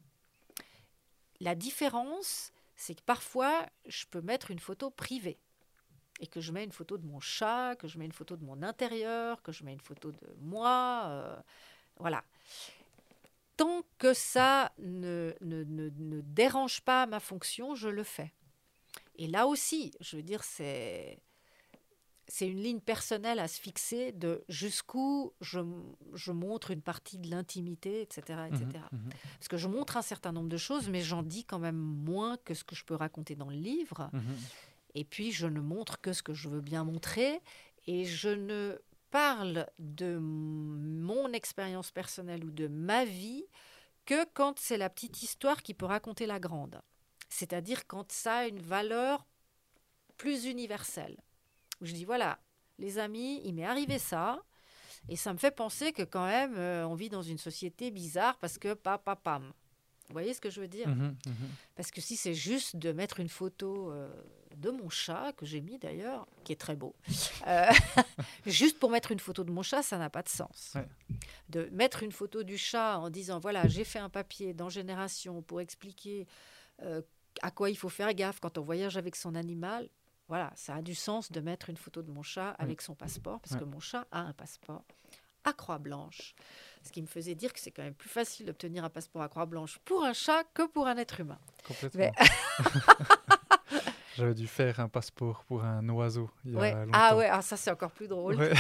La différence, c'est que parfois, je peux mettre une photo privée et que je mets une photo de mon chat, que je mets une photo de mon intérieur, que je mets une photo de moi. Euh, voilà. Tant que ça ne, ne, ne, ne dérange pas ma fonction, je le fais. Et là aussi, je veux dire, c'est, c'est une ligne personnelle à se fixer de jusqu'où je, je montre une partie de l'intimité, et cetera, et cetera. Mhm. Mhm. Parce que je montre un certain nombre de choses, mais j'en dis quand même moins que ce que je peux raconter dans le livre. Mhm. Et puis, je ne montre que ce que je veux bien montrer. Et je ne parle de mon expérience personnelle ou de ma vie que quand c'est la petite histoire qui peut raconter la grande. C'est-à-dire quand ça a une valeur plus universelle. Où je dis, voilà, les amis, il m'est arrivé ça. Et ça me fait penser que quand même, euh, on vit dans une société bizarre parce que pam, pam, pam. Vous voyez ce que je veux dire ? Mhm. Mhm. Parce que si c'est juste de mettre une photo euh, de mon chat, que j'ai mis d'ailleurs, qui est très beau, euh, juste pour mettre une photo de mon chat, ça n'a pas de sens. Ouais. De mettre une photo du chat en disant, voilà, j'ai fait un papier dans Génération pour expliquer euh, à quoi il faut faire gaffe quand on voyage avec son animal, voilà, ça a du sens de mettre une photo de mon chat avec son passeport, parce Ouais. que mon chat a un passeport à croix blanche. Ce qui me faisait dire que c'est quand même plus facile d'obtenir un passeport à Croix-Blanche pour un chat que pour un être humain. Complètement. Mais... J'avais dû faire un passeport pour un oiseau il y ouais. a longtemps. Ah ouais, ah, ça c'est encore plus drôle. Ouais.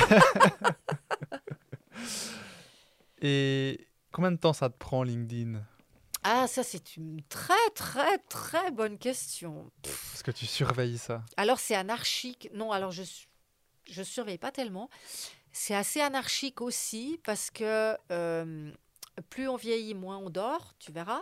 Et combien de temps ça te prend LinkedIn? Ah, ça c'est une très très très bonne question. Est-ce que tu surveilles ça? Alors c'est anarchique. Non, alors je je surveille pas tellement. C'est assez anarchique aussi parce que euh, plus on vieillit, moins on dort, tu verras.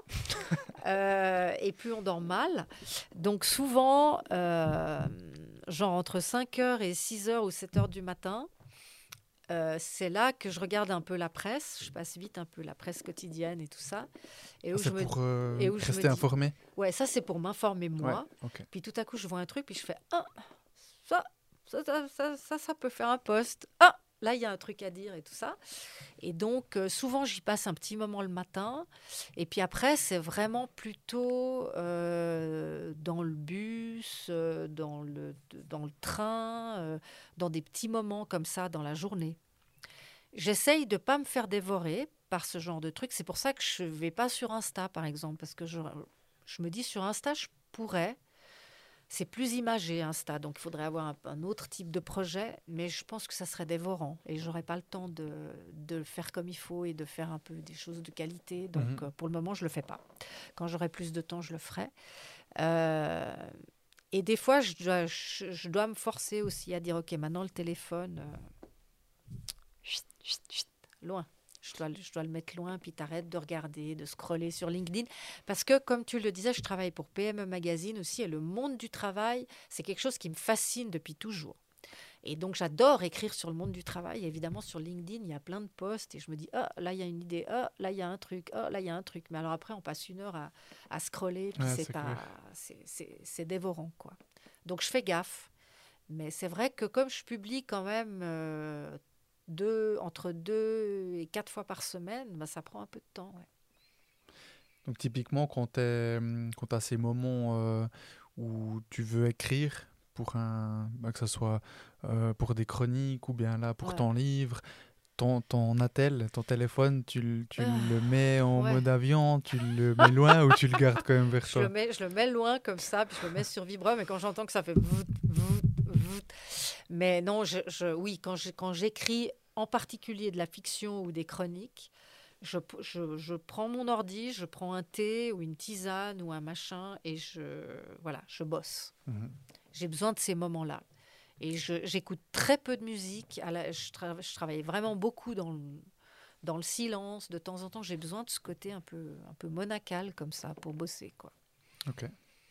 euh, et plus on dort mal. Donc souvent, euh, genre entre cinq heures et six heures ou sept heures du matin, euh, c'est là que je regarde un peu la presse. Je passe vite un peu la presse quotidienne et tout ça. Et où c'est je me, pour euh, et où je rester me dis, informé? Ouais, ça c'est pour m'informer moi. Ouais, okay. Puis tout à coup, je vois un truc, puis je fais ah, ça, ça, ça, ça, ça, ça peut faire un post. Ah, là, il y a un truc à dire et tout ça. Et donc, euh, souvent, j'y passe un petit moment le matin. Et puis après, c'est vraiment plutôt euh, dans le bus, euh, dans, le, dans le train, euh, dans des petits moments comme ça dans la journée. J'essaye de ne pas me faire dévorer par ce genre de trucs. C'est pour ça que je ne vais pas sur Insta, par exemple, parce que je, je me dis, sur Insta, je pourrais. C'est plus imagé, Insta, donc il faudrait avoir un, un autre type de projet, mais je pense que ça serait dévorant et je n'aurais pas le temps de, de le faire comme il faut et de faire un peu des choses de qualité. Donc, mmh. euh, pour le moment, je ne le fais pas. Quand j'aurai plus de temps, je le ferai. Euh, et des fois, je dois, je, je dois me forcer aussi à dire, OK, maintenant, le téléphone, euh, chut, chut, chut, loin. Je dois, je dois le mettre loin, puis t'arrêtes de regarder, de scroller sur LinkedIn. Parce que, comme tu le disais, je travaille pour P M E Magazine aussi, et le monde du travail, c'est quelque chose qui me fascine depuis toujours. Et donc, j'adore écrire sur le monde du travail. Et évidemment, sur LinkedIn, il y a plein de posts, et je me dis, ah, là, il y a une idée, ah, là, il y a un truc, ah, là, il y a un truc. Mais alors après, on passe une heure à, à scroller, puis ouais, c'est, c'est, pas, c'est, c'est, c'est dévorant, quoi. Donc, je fais gaffe. Mais c'est vrai que comme je publie quand même... Euh, Deux, entre deux et quatre fois par semaine, bah, ça prend un peu de temps. Ouais. Donc typiquement, quand tu as ces moments euh, où tu veux écrire, pour un, bah, que ce soit euh, pour des chroniques ou bien là pour ouais. ton livre, ton, ton attel, ton téléphone, tu, tu euh, le mets en ouais. mode avion, tu le mets loin ou tu le gardes quand même vers je toi? le mets, Je le mets loin comme ça, puis je le mets sur vibreur, mais quand j'entends que ça fait... Vout, vout, vout. Mais non, je, je, oui, quand, je, quand j'écris en particulier de la fiction ou des chroniques, je, je, je prends mon ordi, je prends un thé ou une tisane ou un machin et je, voilà, je bosse. Mmh. J'ai besoin de ces moments-là. Et je, j'écoute très peu de musique. À la, je, tra- je travaille vraiment beaucoup dans le, dans le silence. De temps en temps, j'ai besoin de ce côté un peu, un peu monacal comme ça pour bosser, quoi. Ok.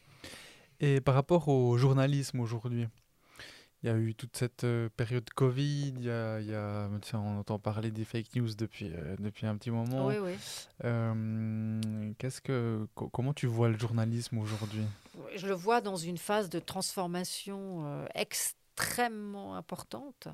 Et par rapport au journalisme aujourd'hui, il y a eu toute cette euh, période Covid, il y a, il y a, tiens, on entend parler des fake news depuis, euh, depuis un petit moment. Oui, oui. Euh, qu'est-ce que, co- comment tu vois le journalisme aujourd'hui? Je le vois dans une phase de transformation euh, extrêmement importante.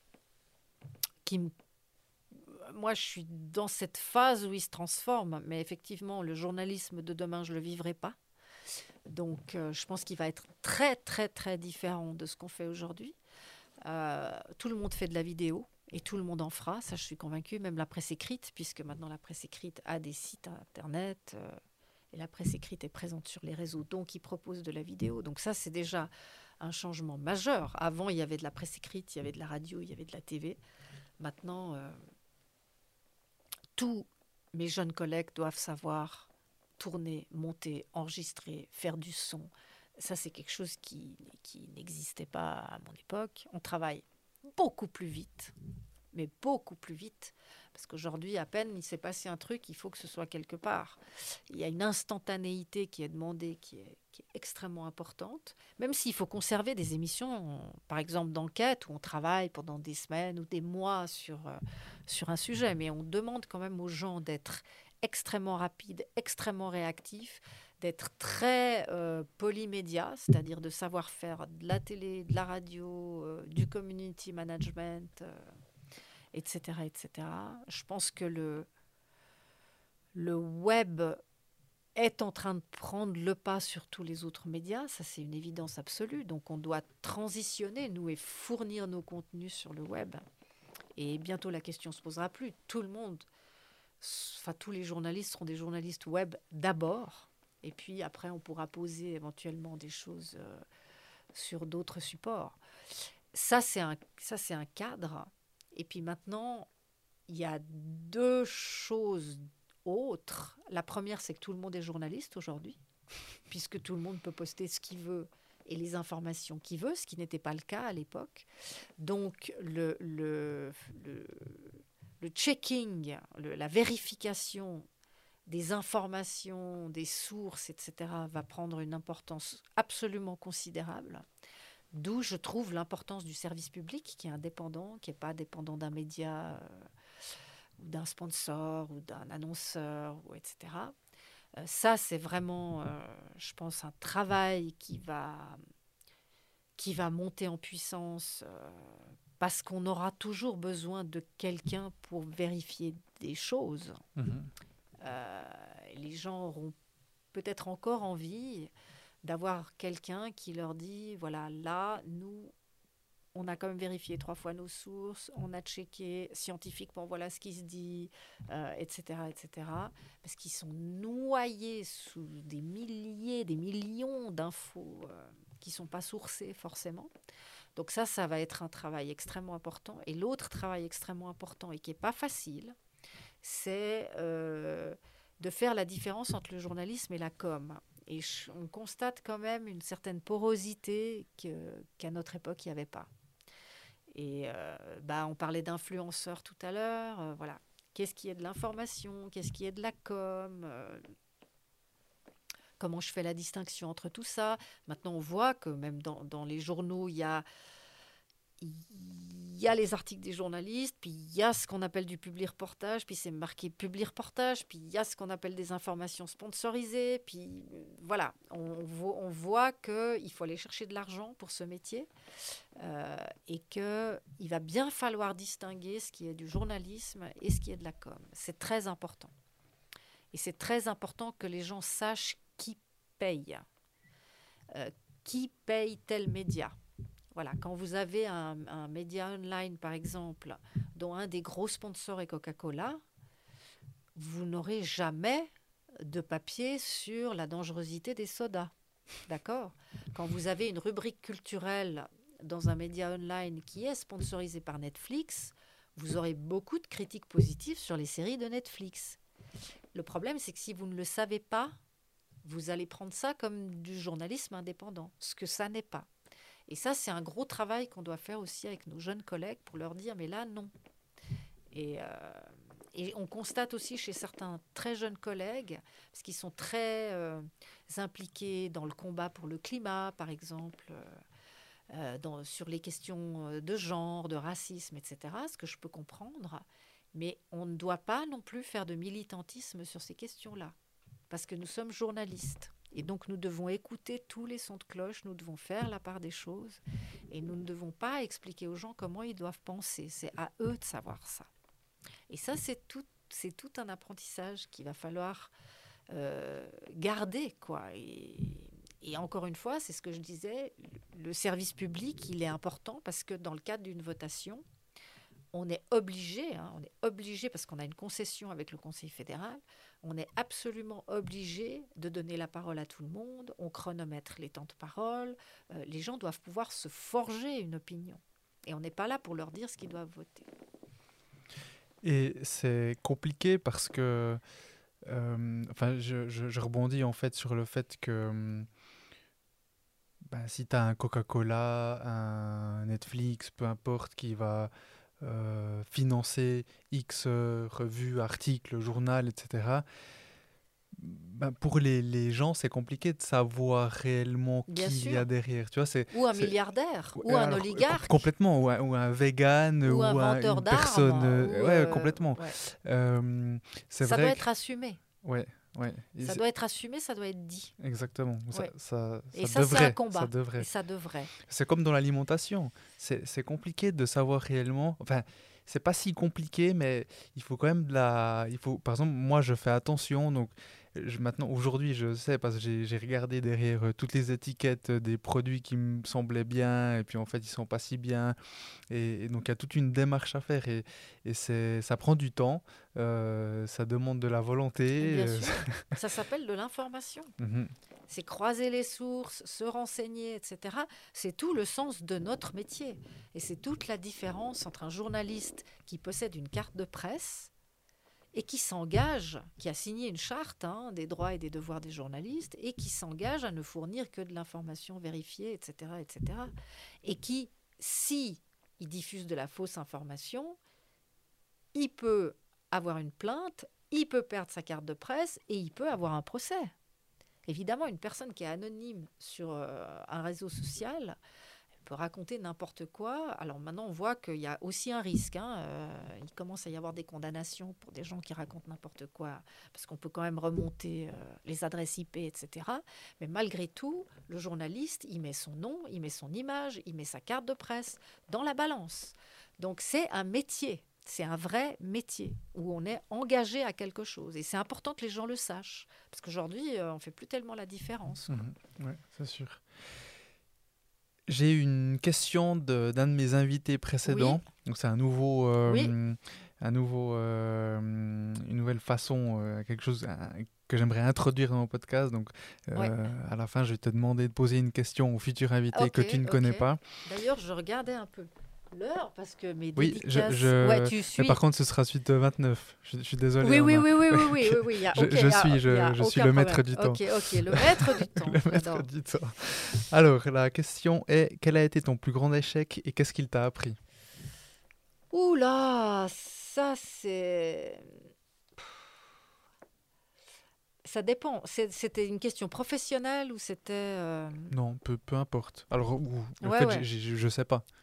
Qui me... Moi, je suis dans cette phase où il se transforme, mais effectivement, le journalisme de demain, je ne le vivrai pas. Donc, euh, je pense qu'il va être très, très, très différent de ce qu'on fait aujourd'hui. Euh, tout le monde fait de la vidéo et tout le monde en fera, ça je suis convaincue, même la presse écrite, puisque maintenant la presse écrite a des sites internet euh, et la presse écrite est présente sur les réseaux, donc ils proposent de la vidéo. Donc ça, c'est déjà un changement majeur. Avant, il y avait de la presse écrite, il y avait de la radio, il y avait de la T V. Maintenant, euh, tous mes jeunes collègues doivent savoir tourner, monter, enregistrer, faire du son. Ça, c'est quelque chose qui, qui n'existait pas à mon époque. On travaille beaucoup plus vite, mais beaucoup plus vite. Parce qu'aujourd'hui, à peine il s'est passé un truc, il faut que ce soit quelque part. Il y a une instantanéité qui est demandée, qui est, qui est extrêmement importante. Même s'il faut conserver des émissions, par exemple d'enquête, où on travaille pendant des semaines ou des mois sur, euh, sur un sujet. Mais on demande quand même aux gens d'être extrêmement rapides, extrêmement réactifs, d'être très euh, polymédia, c'est-à-dire de savoir faire de la télé, de la radio, euh, du community management, euh, et cetera, et cetera. Je pense que le, le web est en train de prendre le pas sur tous les autres médias, ça c'est une évidence absolue. Donc on doit transitionner, nous, et fournir nos contenus sur le web. Et bientôt la question ne se posera plus. Tout le monde enfin, tous les journalistes seront des journalistes web d'abord, et puis après, on pourra poser éventuellement des choses euh, sur d'autres supports. Ça, c'est un, ça, c'est un cadre. Et puis maintenant, il y a deux choses autres. La première, c'est que tout le monde est journaliste aujourd'hui, puisque tout le monde peut poster ce qu'il veut et les informations qu'il veut, ce qui n'était pas le cas à l'époque. Donc, le, le, le, le checking, le, la vérification des informations, des sources, et cetera, va prendre une importance absolument considérable. D'où je trouve l'importance du service public qui est indépendant, qui n'est pas dépendant d'un média euh, ou d'un sponsor ou d'un annonceur, ou et cetera. Euh, ça, c'est vraiment, euh, je pense, un travail qui va, qui va monter en puissance euh, parce qu'on aura toujours besoin de quelqu'un pour vérifier des choses. Mmh. Euh, les gens auront peut-être encore envie d'avoir quelqu'un qui leur dit, voilà, là, nous, on a quand même vérifié trois fois nos sources, on a checké scientifiquement, voilà ce qui se dit, euh, et cetera, et cetera. Parce qu'ils sont noyés sous des milliers, des millions d'infos euh, qui ne sont pas sourcées forcément. Donc ça, ça va être un travail extrêmement important. Et l'autre travail extrêmement important et qui n'est pas facile, c'est euh, de faire la différence entre le journalisme et la com. Et on constate quand même une certaine porosité que, qu'à notre époque, il n'y avait pas. Et euh, bah, on parlait d'influenceurs tout à l'heure. Euh, voilà. Qu'est-ce qui est de l'information? Qu'est-ce qui est de la com? euh, Comment je fais la distinction entre tout ça? Maintenant, on voit que même dans, dans les journaux, il y a... il y a les articles des journalistes, puis il y a ce qu'on appelle du publi-reportage, puis c'est marqué publi-reportage, puis il y a ce qu'on appelle des informations sponsorisées, puis voilà, on, vo- on voit qu'il faut aller chercher de l'argent pour ce métier euh, et qu'il va bien falloir distinguer ce qui est du journalisme et ce qui est de la com. C'est très important. Et c'est très important que les gens sachent qui paye, euh, qui paye tel média. Voilà, quand vous avez un, un média online, par exemple, dont un des gros sponsors est Coca-Cola, vous n'aurez jamais de papier sur la dangerosité des sodas. D'accord ? Quand vous avez une rubrique culturelle dans un média online qui est sponsorisé par Netflix, vous aurez beaucoup de critiques positives sur les séries de Netflix. Le problème, c'est que si vous ne le savez pas, vous allez prendre ça comme du journalisme indépendant, ce que ça n'est pas. Et ça, c'est un gros travail qu'on doit faire aussi avec nos jeunes collègues pour leur dire, mais là, non. Et, euh, et on constate aussi chez certains très jeunes collègues, parce qu'ils sont très euh, impliqués dans le combat pour le climat, par exemple, euh, dans, sur les questions de genre, de racisme, et cetera, ce que je peux comprendre. Mais on ne doit pas non plus faire de militantisme sur ces questions-là, parce que nous sommes journalistes. Et donc, nous devons écouter tous les sons de cloche, nous devons faire la part des choses et nous ne devons pas expliquer aux gens comment ils doivent penser. C'est à eux de savoir ça. Et ça, c'est tout, c'est tout un apprentissage qu'il va falloir euh, garder, quoi. Et, et encore une fois, c'est ce que je disais, le service public, il est important parce que dans le cadre d'une votation, on est obligé, hein, on est obligé parce qu'on a une concession avec le Conseil fédéral, on est absolument obligé de donner la parole à tout le monde, on chronomètre les temps de parole, euh, les gens doivent pouvoir se forger une opinion. Et on n'est pas là pour leur dire ce qu'ils doivent voter. Et c'est compliqué parce que, euh, enfin, je, je, je rebondis en fait sur le fait que ben, si tu as un Coca-Cola, un Netflix, peu importe, qui va euh, financer X euh, revues, articles, journal, et cetera, ben, pour les, les gens, c'est compliqué de savoir réellement Bien qui sûr. il y a derrière. Tu vois, c'est, ou un c'est... milliardaire, ou ou un alors, oligarque. Complètement, ou un, ou un vegan, ou, ou un un, vendeur une d'armes. personne. Euh, ou, ouais, euh, complètement. ouais. Euh, c'est ça vrai doit que... être assumé. Ouais, ouais. Et ça c'est... doit être assumé, ça doit être dit. Exactement. Ça, ouais. ça, ça Et ça, devrait, c'est un combat. ça devrait. Et ça devrait. C'est comme dans l'alimentation. C'est, c'est compliqué de savoir réellement. Enfin, c'est pas si compliqué, mais il faut quand même de la. Il faut, par exemple, moi, je fais attention. Donc, je, maintenant, aujourd'hui, je sais parce que j'ai, j'ai regardé derrière euh, toutes les étiquettes euh, des produits qui me semblaient bien et puis en fait, ils sont pas si bien. Et, et donc, il y a toute une démarche à faire et, et c'est, ça prend du temps, euh, ça demande de la volonté. Bien euh, sûr, ça s'appelle de l'information. Mhm, C'est croiser les sources, se renseigner, et cetera. C'est tout le sens de notre métier. Et c'est toute la différence entre un journaliste qui possède une carte de presse et qui s'engage, qui a signé une charte hein, des droits et des devoirs des journalistes, et qui s'engage à ne fournir que de l'information vérifiée, et cetera, et cetera. Et qui, si il diffuse de la fausse information, il peut avoir une plainte, il peut perdre sa carte de presse et il peut avoir un procès. Évidemment, une personne qui est anonyme sur euh, un réseau social peut raconter n'importe quoi. Alors maintenant, on voit qu'il y a aussi un risque. Hein. Euh, il commence à y avoir des condamnations pour des gens qui racontent n'importe quoi, parce qu'on peut quand même remonter euh, les adresses I P, et cetera. Mais malgré tout, le journaliste, il met son nom, il met son image, il met sa carte de presse dans la balance. Donc c'est un métier. C'est un vrai métier où on est engagé à quelque chose. Et c'est important que les gens le sachent. Parce qu'aujourd'hui, euh, on ne fait plus tellement la différence. mhm, ouais, c'est sûr. J'ai une question de, d'un de mes invités précédents. Oui, Donc c'est un nouveau, euh, oui, un nouveau, euh, une nouvelle façon, euh, quelque chose un- que j'aimerais introduire dans mon podcast. Donc euh, ouais. à la fin, je vais te demander de poser une question au futur invité Ok, que tu ne connais ok. pas. D'ailleurs, je regardais un peu l'heure parce que mes Oui, je, dédicaces. Ouais, je... tu mais par suis. contre, ce sera suite vingt-neuf. Je, je suis désolé, Oui, oui, Anna. oui, oui, oui, oui, oui, oui. Y a, je, ok, je y a, suis, y je, a je suis aucun le problème. maître du temps. Ok, ok, le maître du temps. Le maître J'adore. du temps. Alors, la question est, quel a été ton plus grand échec et qu'est-ce qu'il t'a appris? Ouh là, ça c'est. Ça dépend. C'est- C'était une question professionnelle ou c'était. euh, Non, peu, peu importe. Alors, ou- en Ouais, fait, ouais. j'ai- j'ai- je sais pas.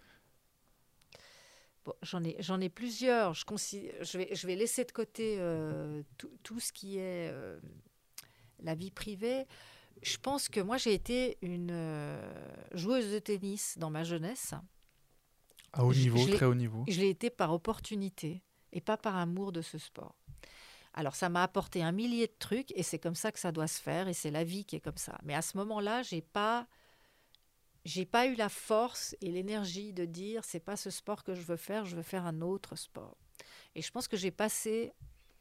Bon, j'en ai, j'en ai plusieurs. Je, consi- je, vais, je vais laisser de côté euh, tout, tout ce qui est euh, la vie privée. Je pense que moi, j'ai été une euh, joueuse de tennis dans ma jeunesse. À haut Je, niveau, je très l'ai, haut niveau. je l'ai été par opportunité et pas par amour de ce sport. Alors, ça m'a apporté un millier de trucs et c'est comme ça que ça doit se faire et c'est la vie qui est comme ça. Mais à ce moment-là, j'ai pas, j'ai pas eu la force et l'énergie de dire c'est pas ce sport que je veux faire, je veux faire un autre sport. Et je pense que j'ai passé,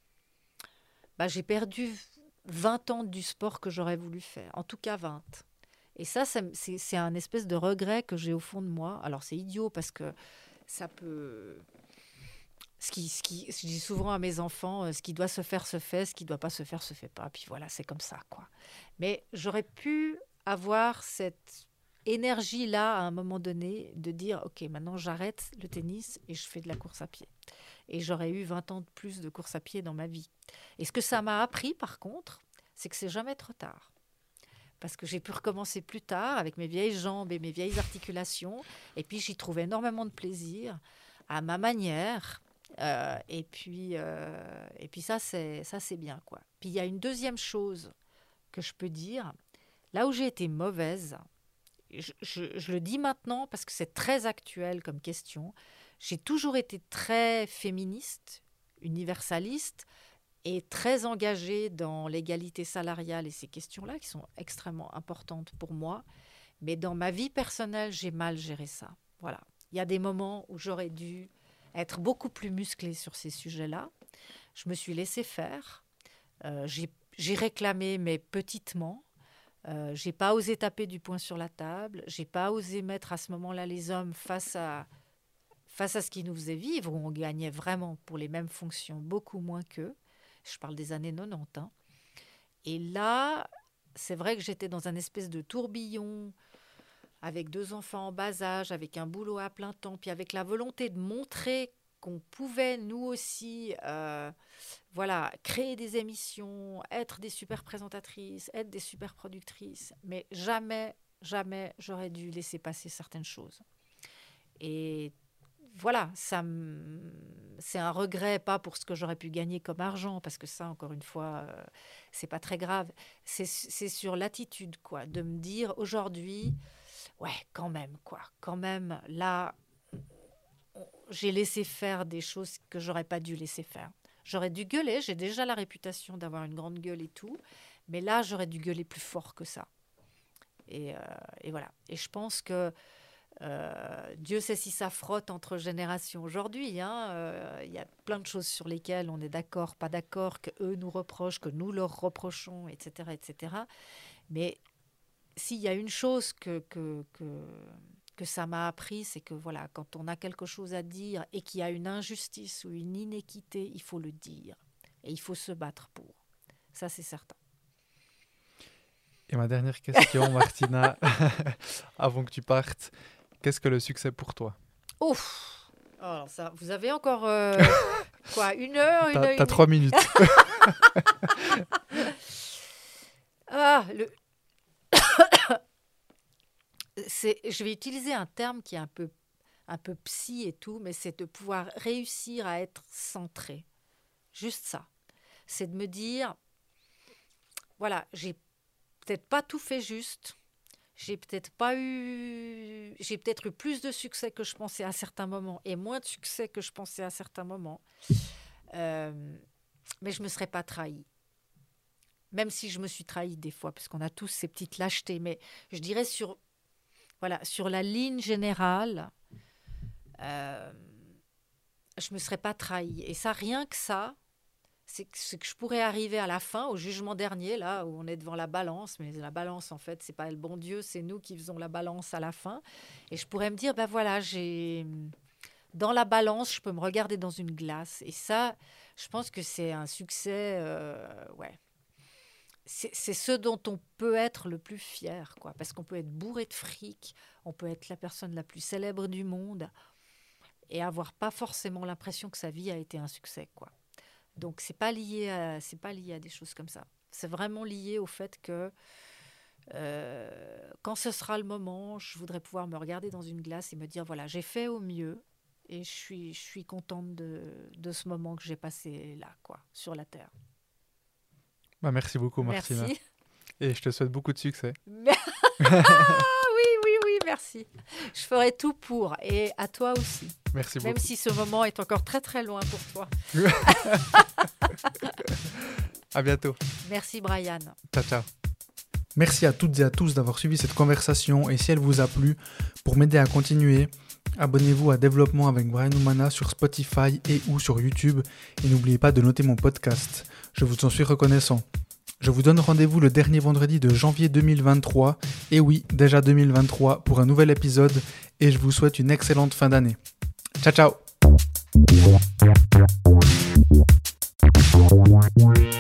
bah, j'ai perdu vingt ans du sport que j'aurais voulu faire, en tout cas vingt. Et ça, ça m- c'est c'est un espèce de regret que j'ai au fond de moi. Alors c'est idiot parce que ça peut... Ce qui, ce qui, je dis souvent à mes enfants, euh, ce qui doit se faire se fait, ce qui ne doit pas se faire se fait pas. Puis voilà, c'est comme ça, quoi. Mais j'aurais pu avoir cette énergie-là à un moment donné de dire, OK, maintenant j'arrête le tennis et je fais de la course à pied. Et j'aurais eu vingt ans de plus de course à pied dans ma vie. Et ce que ça m'a appris, par contre, c'est que c'est jamais trop tard. Parce que j'ai pu recommencer plus tard avec mes vieilles jambes et mes vieilles articulations. Et puis j'y trouvais énormément de plaisir à ma manière. Euh, et puis, euh, et puis ça, c'est, ça, c'est bien, quoi. Puis il y a une deuxième chose que je peux dire. Là où j'ai été mauvaise, je, je- je le dis maintenant parce que c'est très actuel comme question. J'ai toujours été très féministe, universaliste et très engagée dans l'égalité salariale et ces questions-là qui sont extrêmement importantes pour moi. Mais dans ma vie personnelle, j'ai mal géré ça. Voilà. Il y a des moments où j'aurais dû être beaucoup plus musclée sur ces sujets-là. Je me suis laissée faire. Euh, j'ai, j'ai réclamé, mais petitement. Euh, j'ai pas osé taper du poing sur la table. J'ai pas osé mettre à ce moment-là les hommes face à, face à ce qu'ils nous faisaient vivre, où on gagnait vraiment pour les mêmes fonctions beaucoup moins qu'eux. Je parle des années quatre-vingt-dix. Hein. Et là, c'est vrai que j'étais dans un espèce de tourbillon avec deux enfants en bas âge, avec un boulot à plein temps, puis avec la volonté de montrer qu'on pouvait nous aussi euh, voilà, créer des émissions, être des super présentatrices, être des super productrices, mais jamais, jamais j'aurais dû laisser passer certaines choses. Et voilà, ça m- c'est un regret, pas pour ce que j'aurais pu gagner comme argent, parce que ça, encore une fois, euh, c'est pas très grave. C'est, c'est sur l'attitude, quoi, de me dire aujourd'hui, ouais, quand même, quoi, quand même, là, on- j'ai laissé faire des choses que j'aurais pas dû laisser faire. J'aurais dû gueuler, j'ai déjà la réputation d'avoir une grande gueule et tout, mais là, j'aurais dû gueuler plus fort que ça. Et, euh, et voilà. Et je pense que euh, Dieu sait si ça frotte entre générations aujourd'hui. Hein. Euh, il y a plein de choses sur lesquelles on est d'accord, pas d'accord, qu'eux nous reprochent, que nous leur reprochons, et cetera, et cetera. Mais s'il y a une chose que, que, que, que ça m'a appris, c'est que voilà, quand on a quelque chose à dire et qu'il y a une injustice ou une inéquité, il faut le dire. Et il faut se battre pour. Ça, c'est certain. Et ma dernière question, Martina, avant que tu partes, qu'est-ce que le succès pour toi? Ouf. Alors ça, vous avez encore euh, quoi, une heure, une T'as, heure, t'as une... trois minutes. ah, le... c'est, je vais utiliser un terme qui est un peu, un peu psy et tout, mais c'est de pouvoir réussir à être centré. Juste ça. C'est de me dire, voilà, j'ai peut-être pas tout fait juste. J'ai peut-être pas eu, j'ai peut-être eu plus de succès que je pensais à certains moments et moins de succès que je pensais à certains moments. Euh, mais je me serais pas trahie. Même si je me suis trahie des fois, parce qu'on a tous ces petites lâchetés. Mais je dirais sur, voilà, sur la ligne générale, euh, je me serais pas trahie. Et ça, rien que ça. C'est que, c'est que je pourrais arriver à la fin, au jugement dernier, là où on est devant la balance, mais la balance, en fait, c'est pas le bon Dieu, c'est nous qui faisons la balance à la fin. Et je pourrais me dire, ben voilà, j'ai... dans la balance, je peux me regarder dans une glace. Et ça, je pense que c'est un succès, euh, ouais. C'est, c'est ce dont on peut être le plus fier, quoi. Parce qu'on peut être bourré de fric, on peut être la personne la plus célèbre du monde et avoir pas forcément l'impression que sa vie a été un succès, quoi. Donc, ce n'est pas lié à, c'est pas lié à des choses comme ça. C'est vraiment lié au fait que euh, quand ce sera le moment, je voudrais pouvoir me regarder dans une glace et me dire, voilà, j'ai fait au mieux et je suis, je suis contente de, de ce moment que j'ai passé là, quoi, sur la Terre. Bah, merci beaucoup, Martina. Merci. Et je te souhaite beaucoup de succès. Ah, oui, oui, oui, merci. Je ferai tout pour. Et à toi aussi. Merci Même beaucoup. si ce moment est encore très, très loin pour toi. À bientôt. Merci, Brian. Ciao, ciao. Merci à toutes et à tous d'avoir suivi cette conversation. Et si elle vous a plu, pour m'aider à continuer, abonnez-vous à Développement avec Brian Oumana sur Spotify et ou sur YouTube. Et n'oubliez pas de noter mon podcast. Je vous en suis reconnaissant. Je vous donne rendez-vous le dernier vendredi de janvier deux mille vingt-trois, et oui, déjà deux mille vingt-trois, pour un nouvel épisode, et je vous souhaite une excellente fin d'année. Ciao, ciao!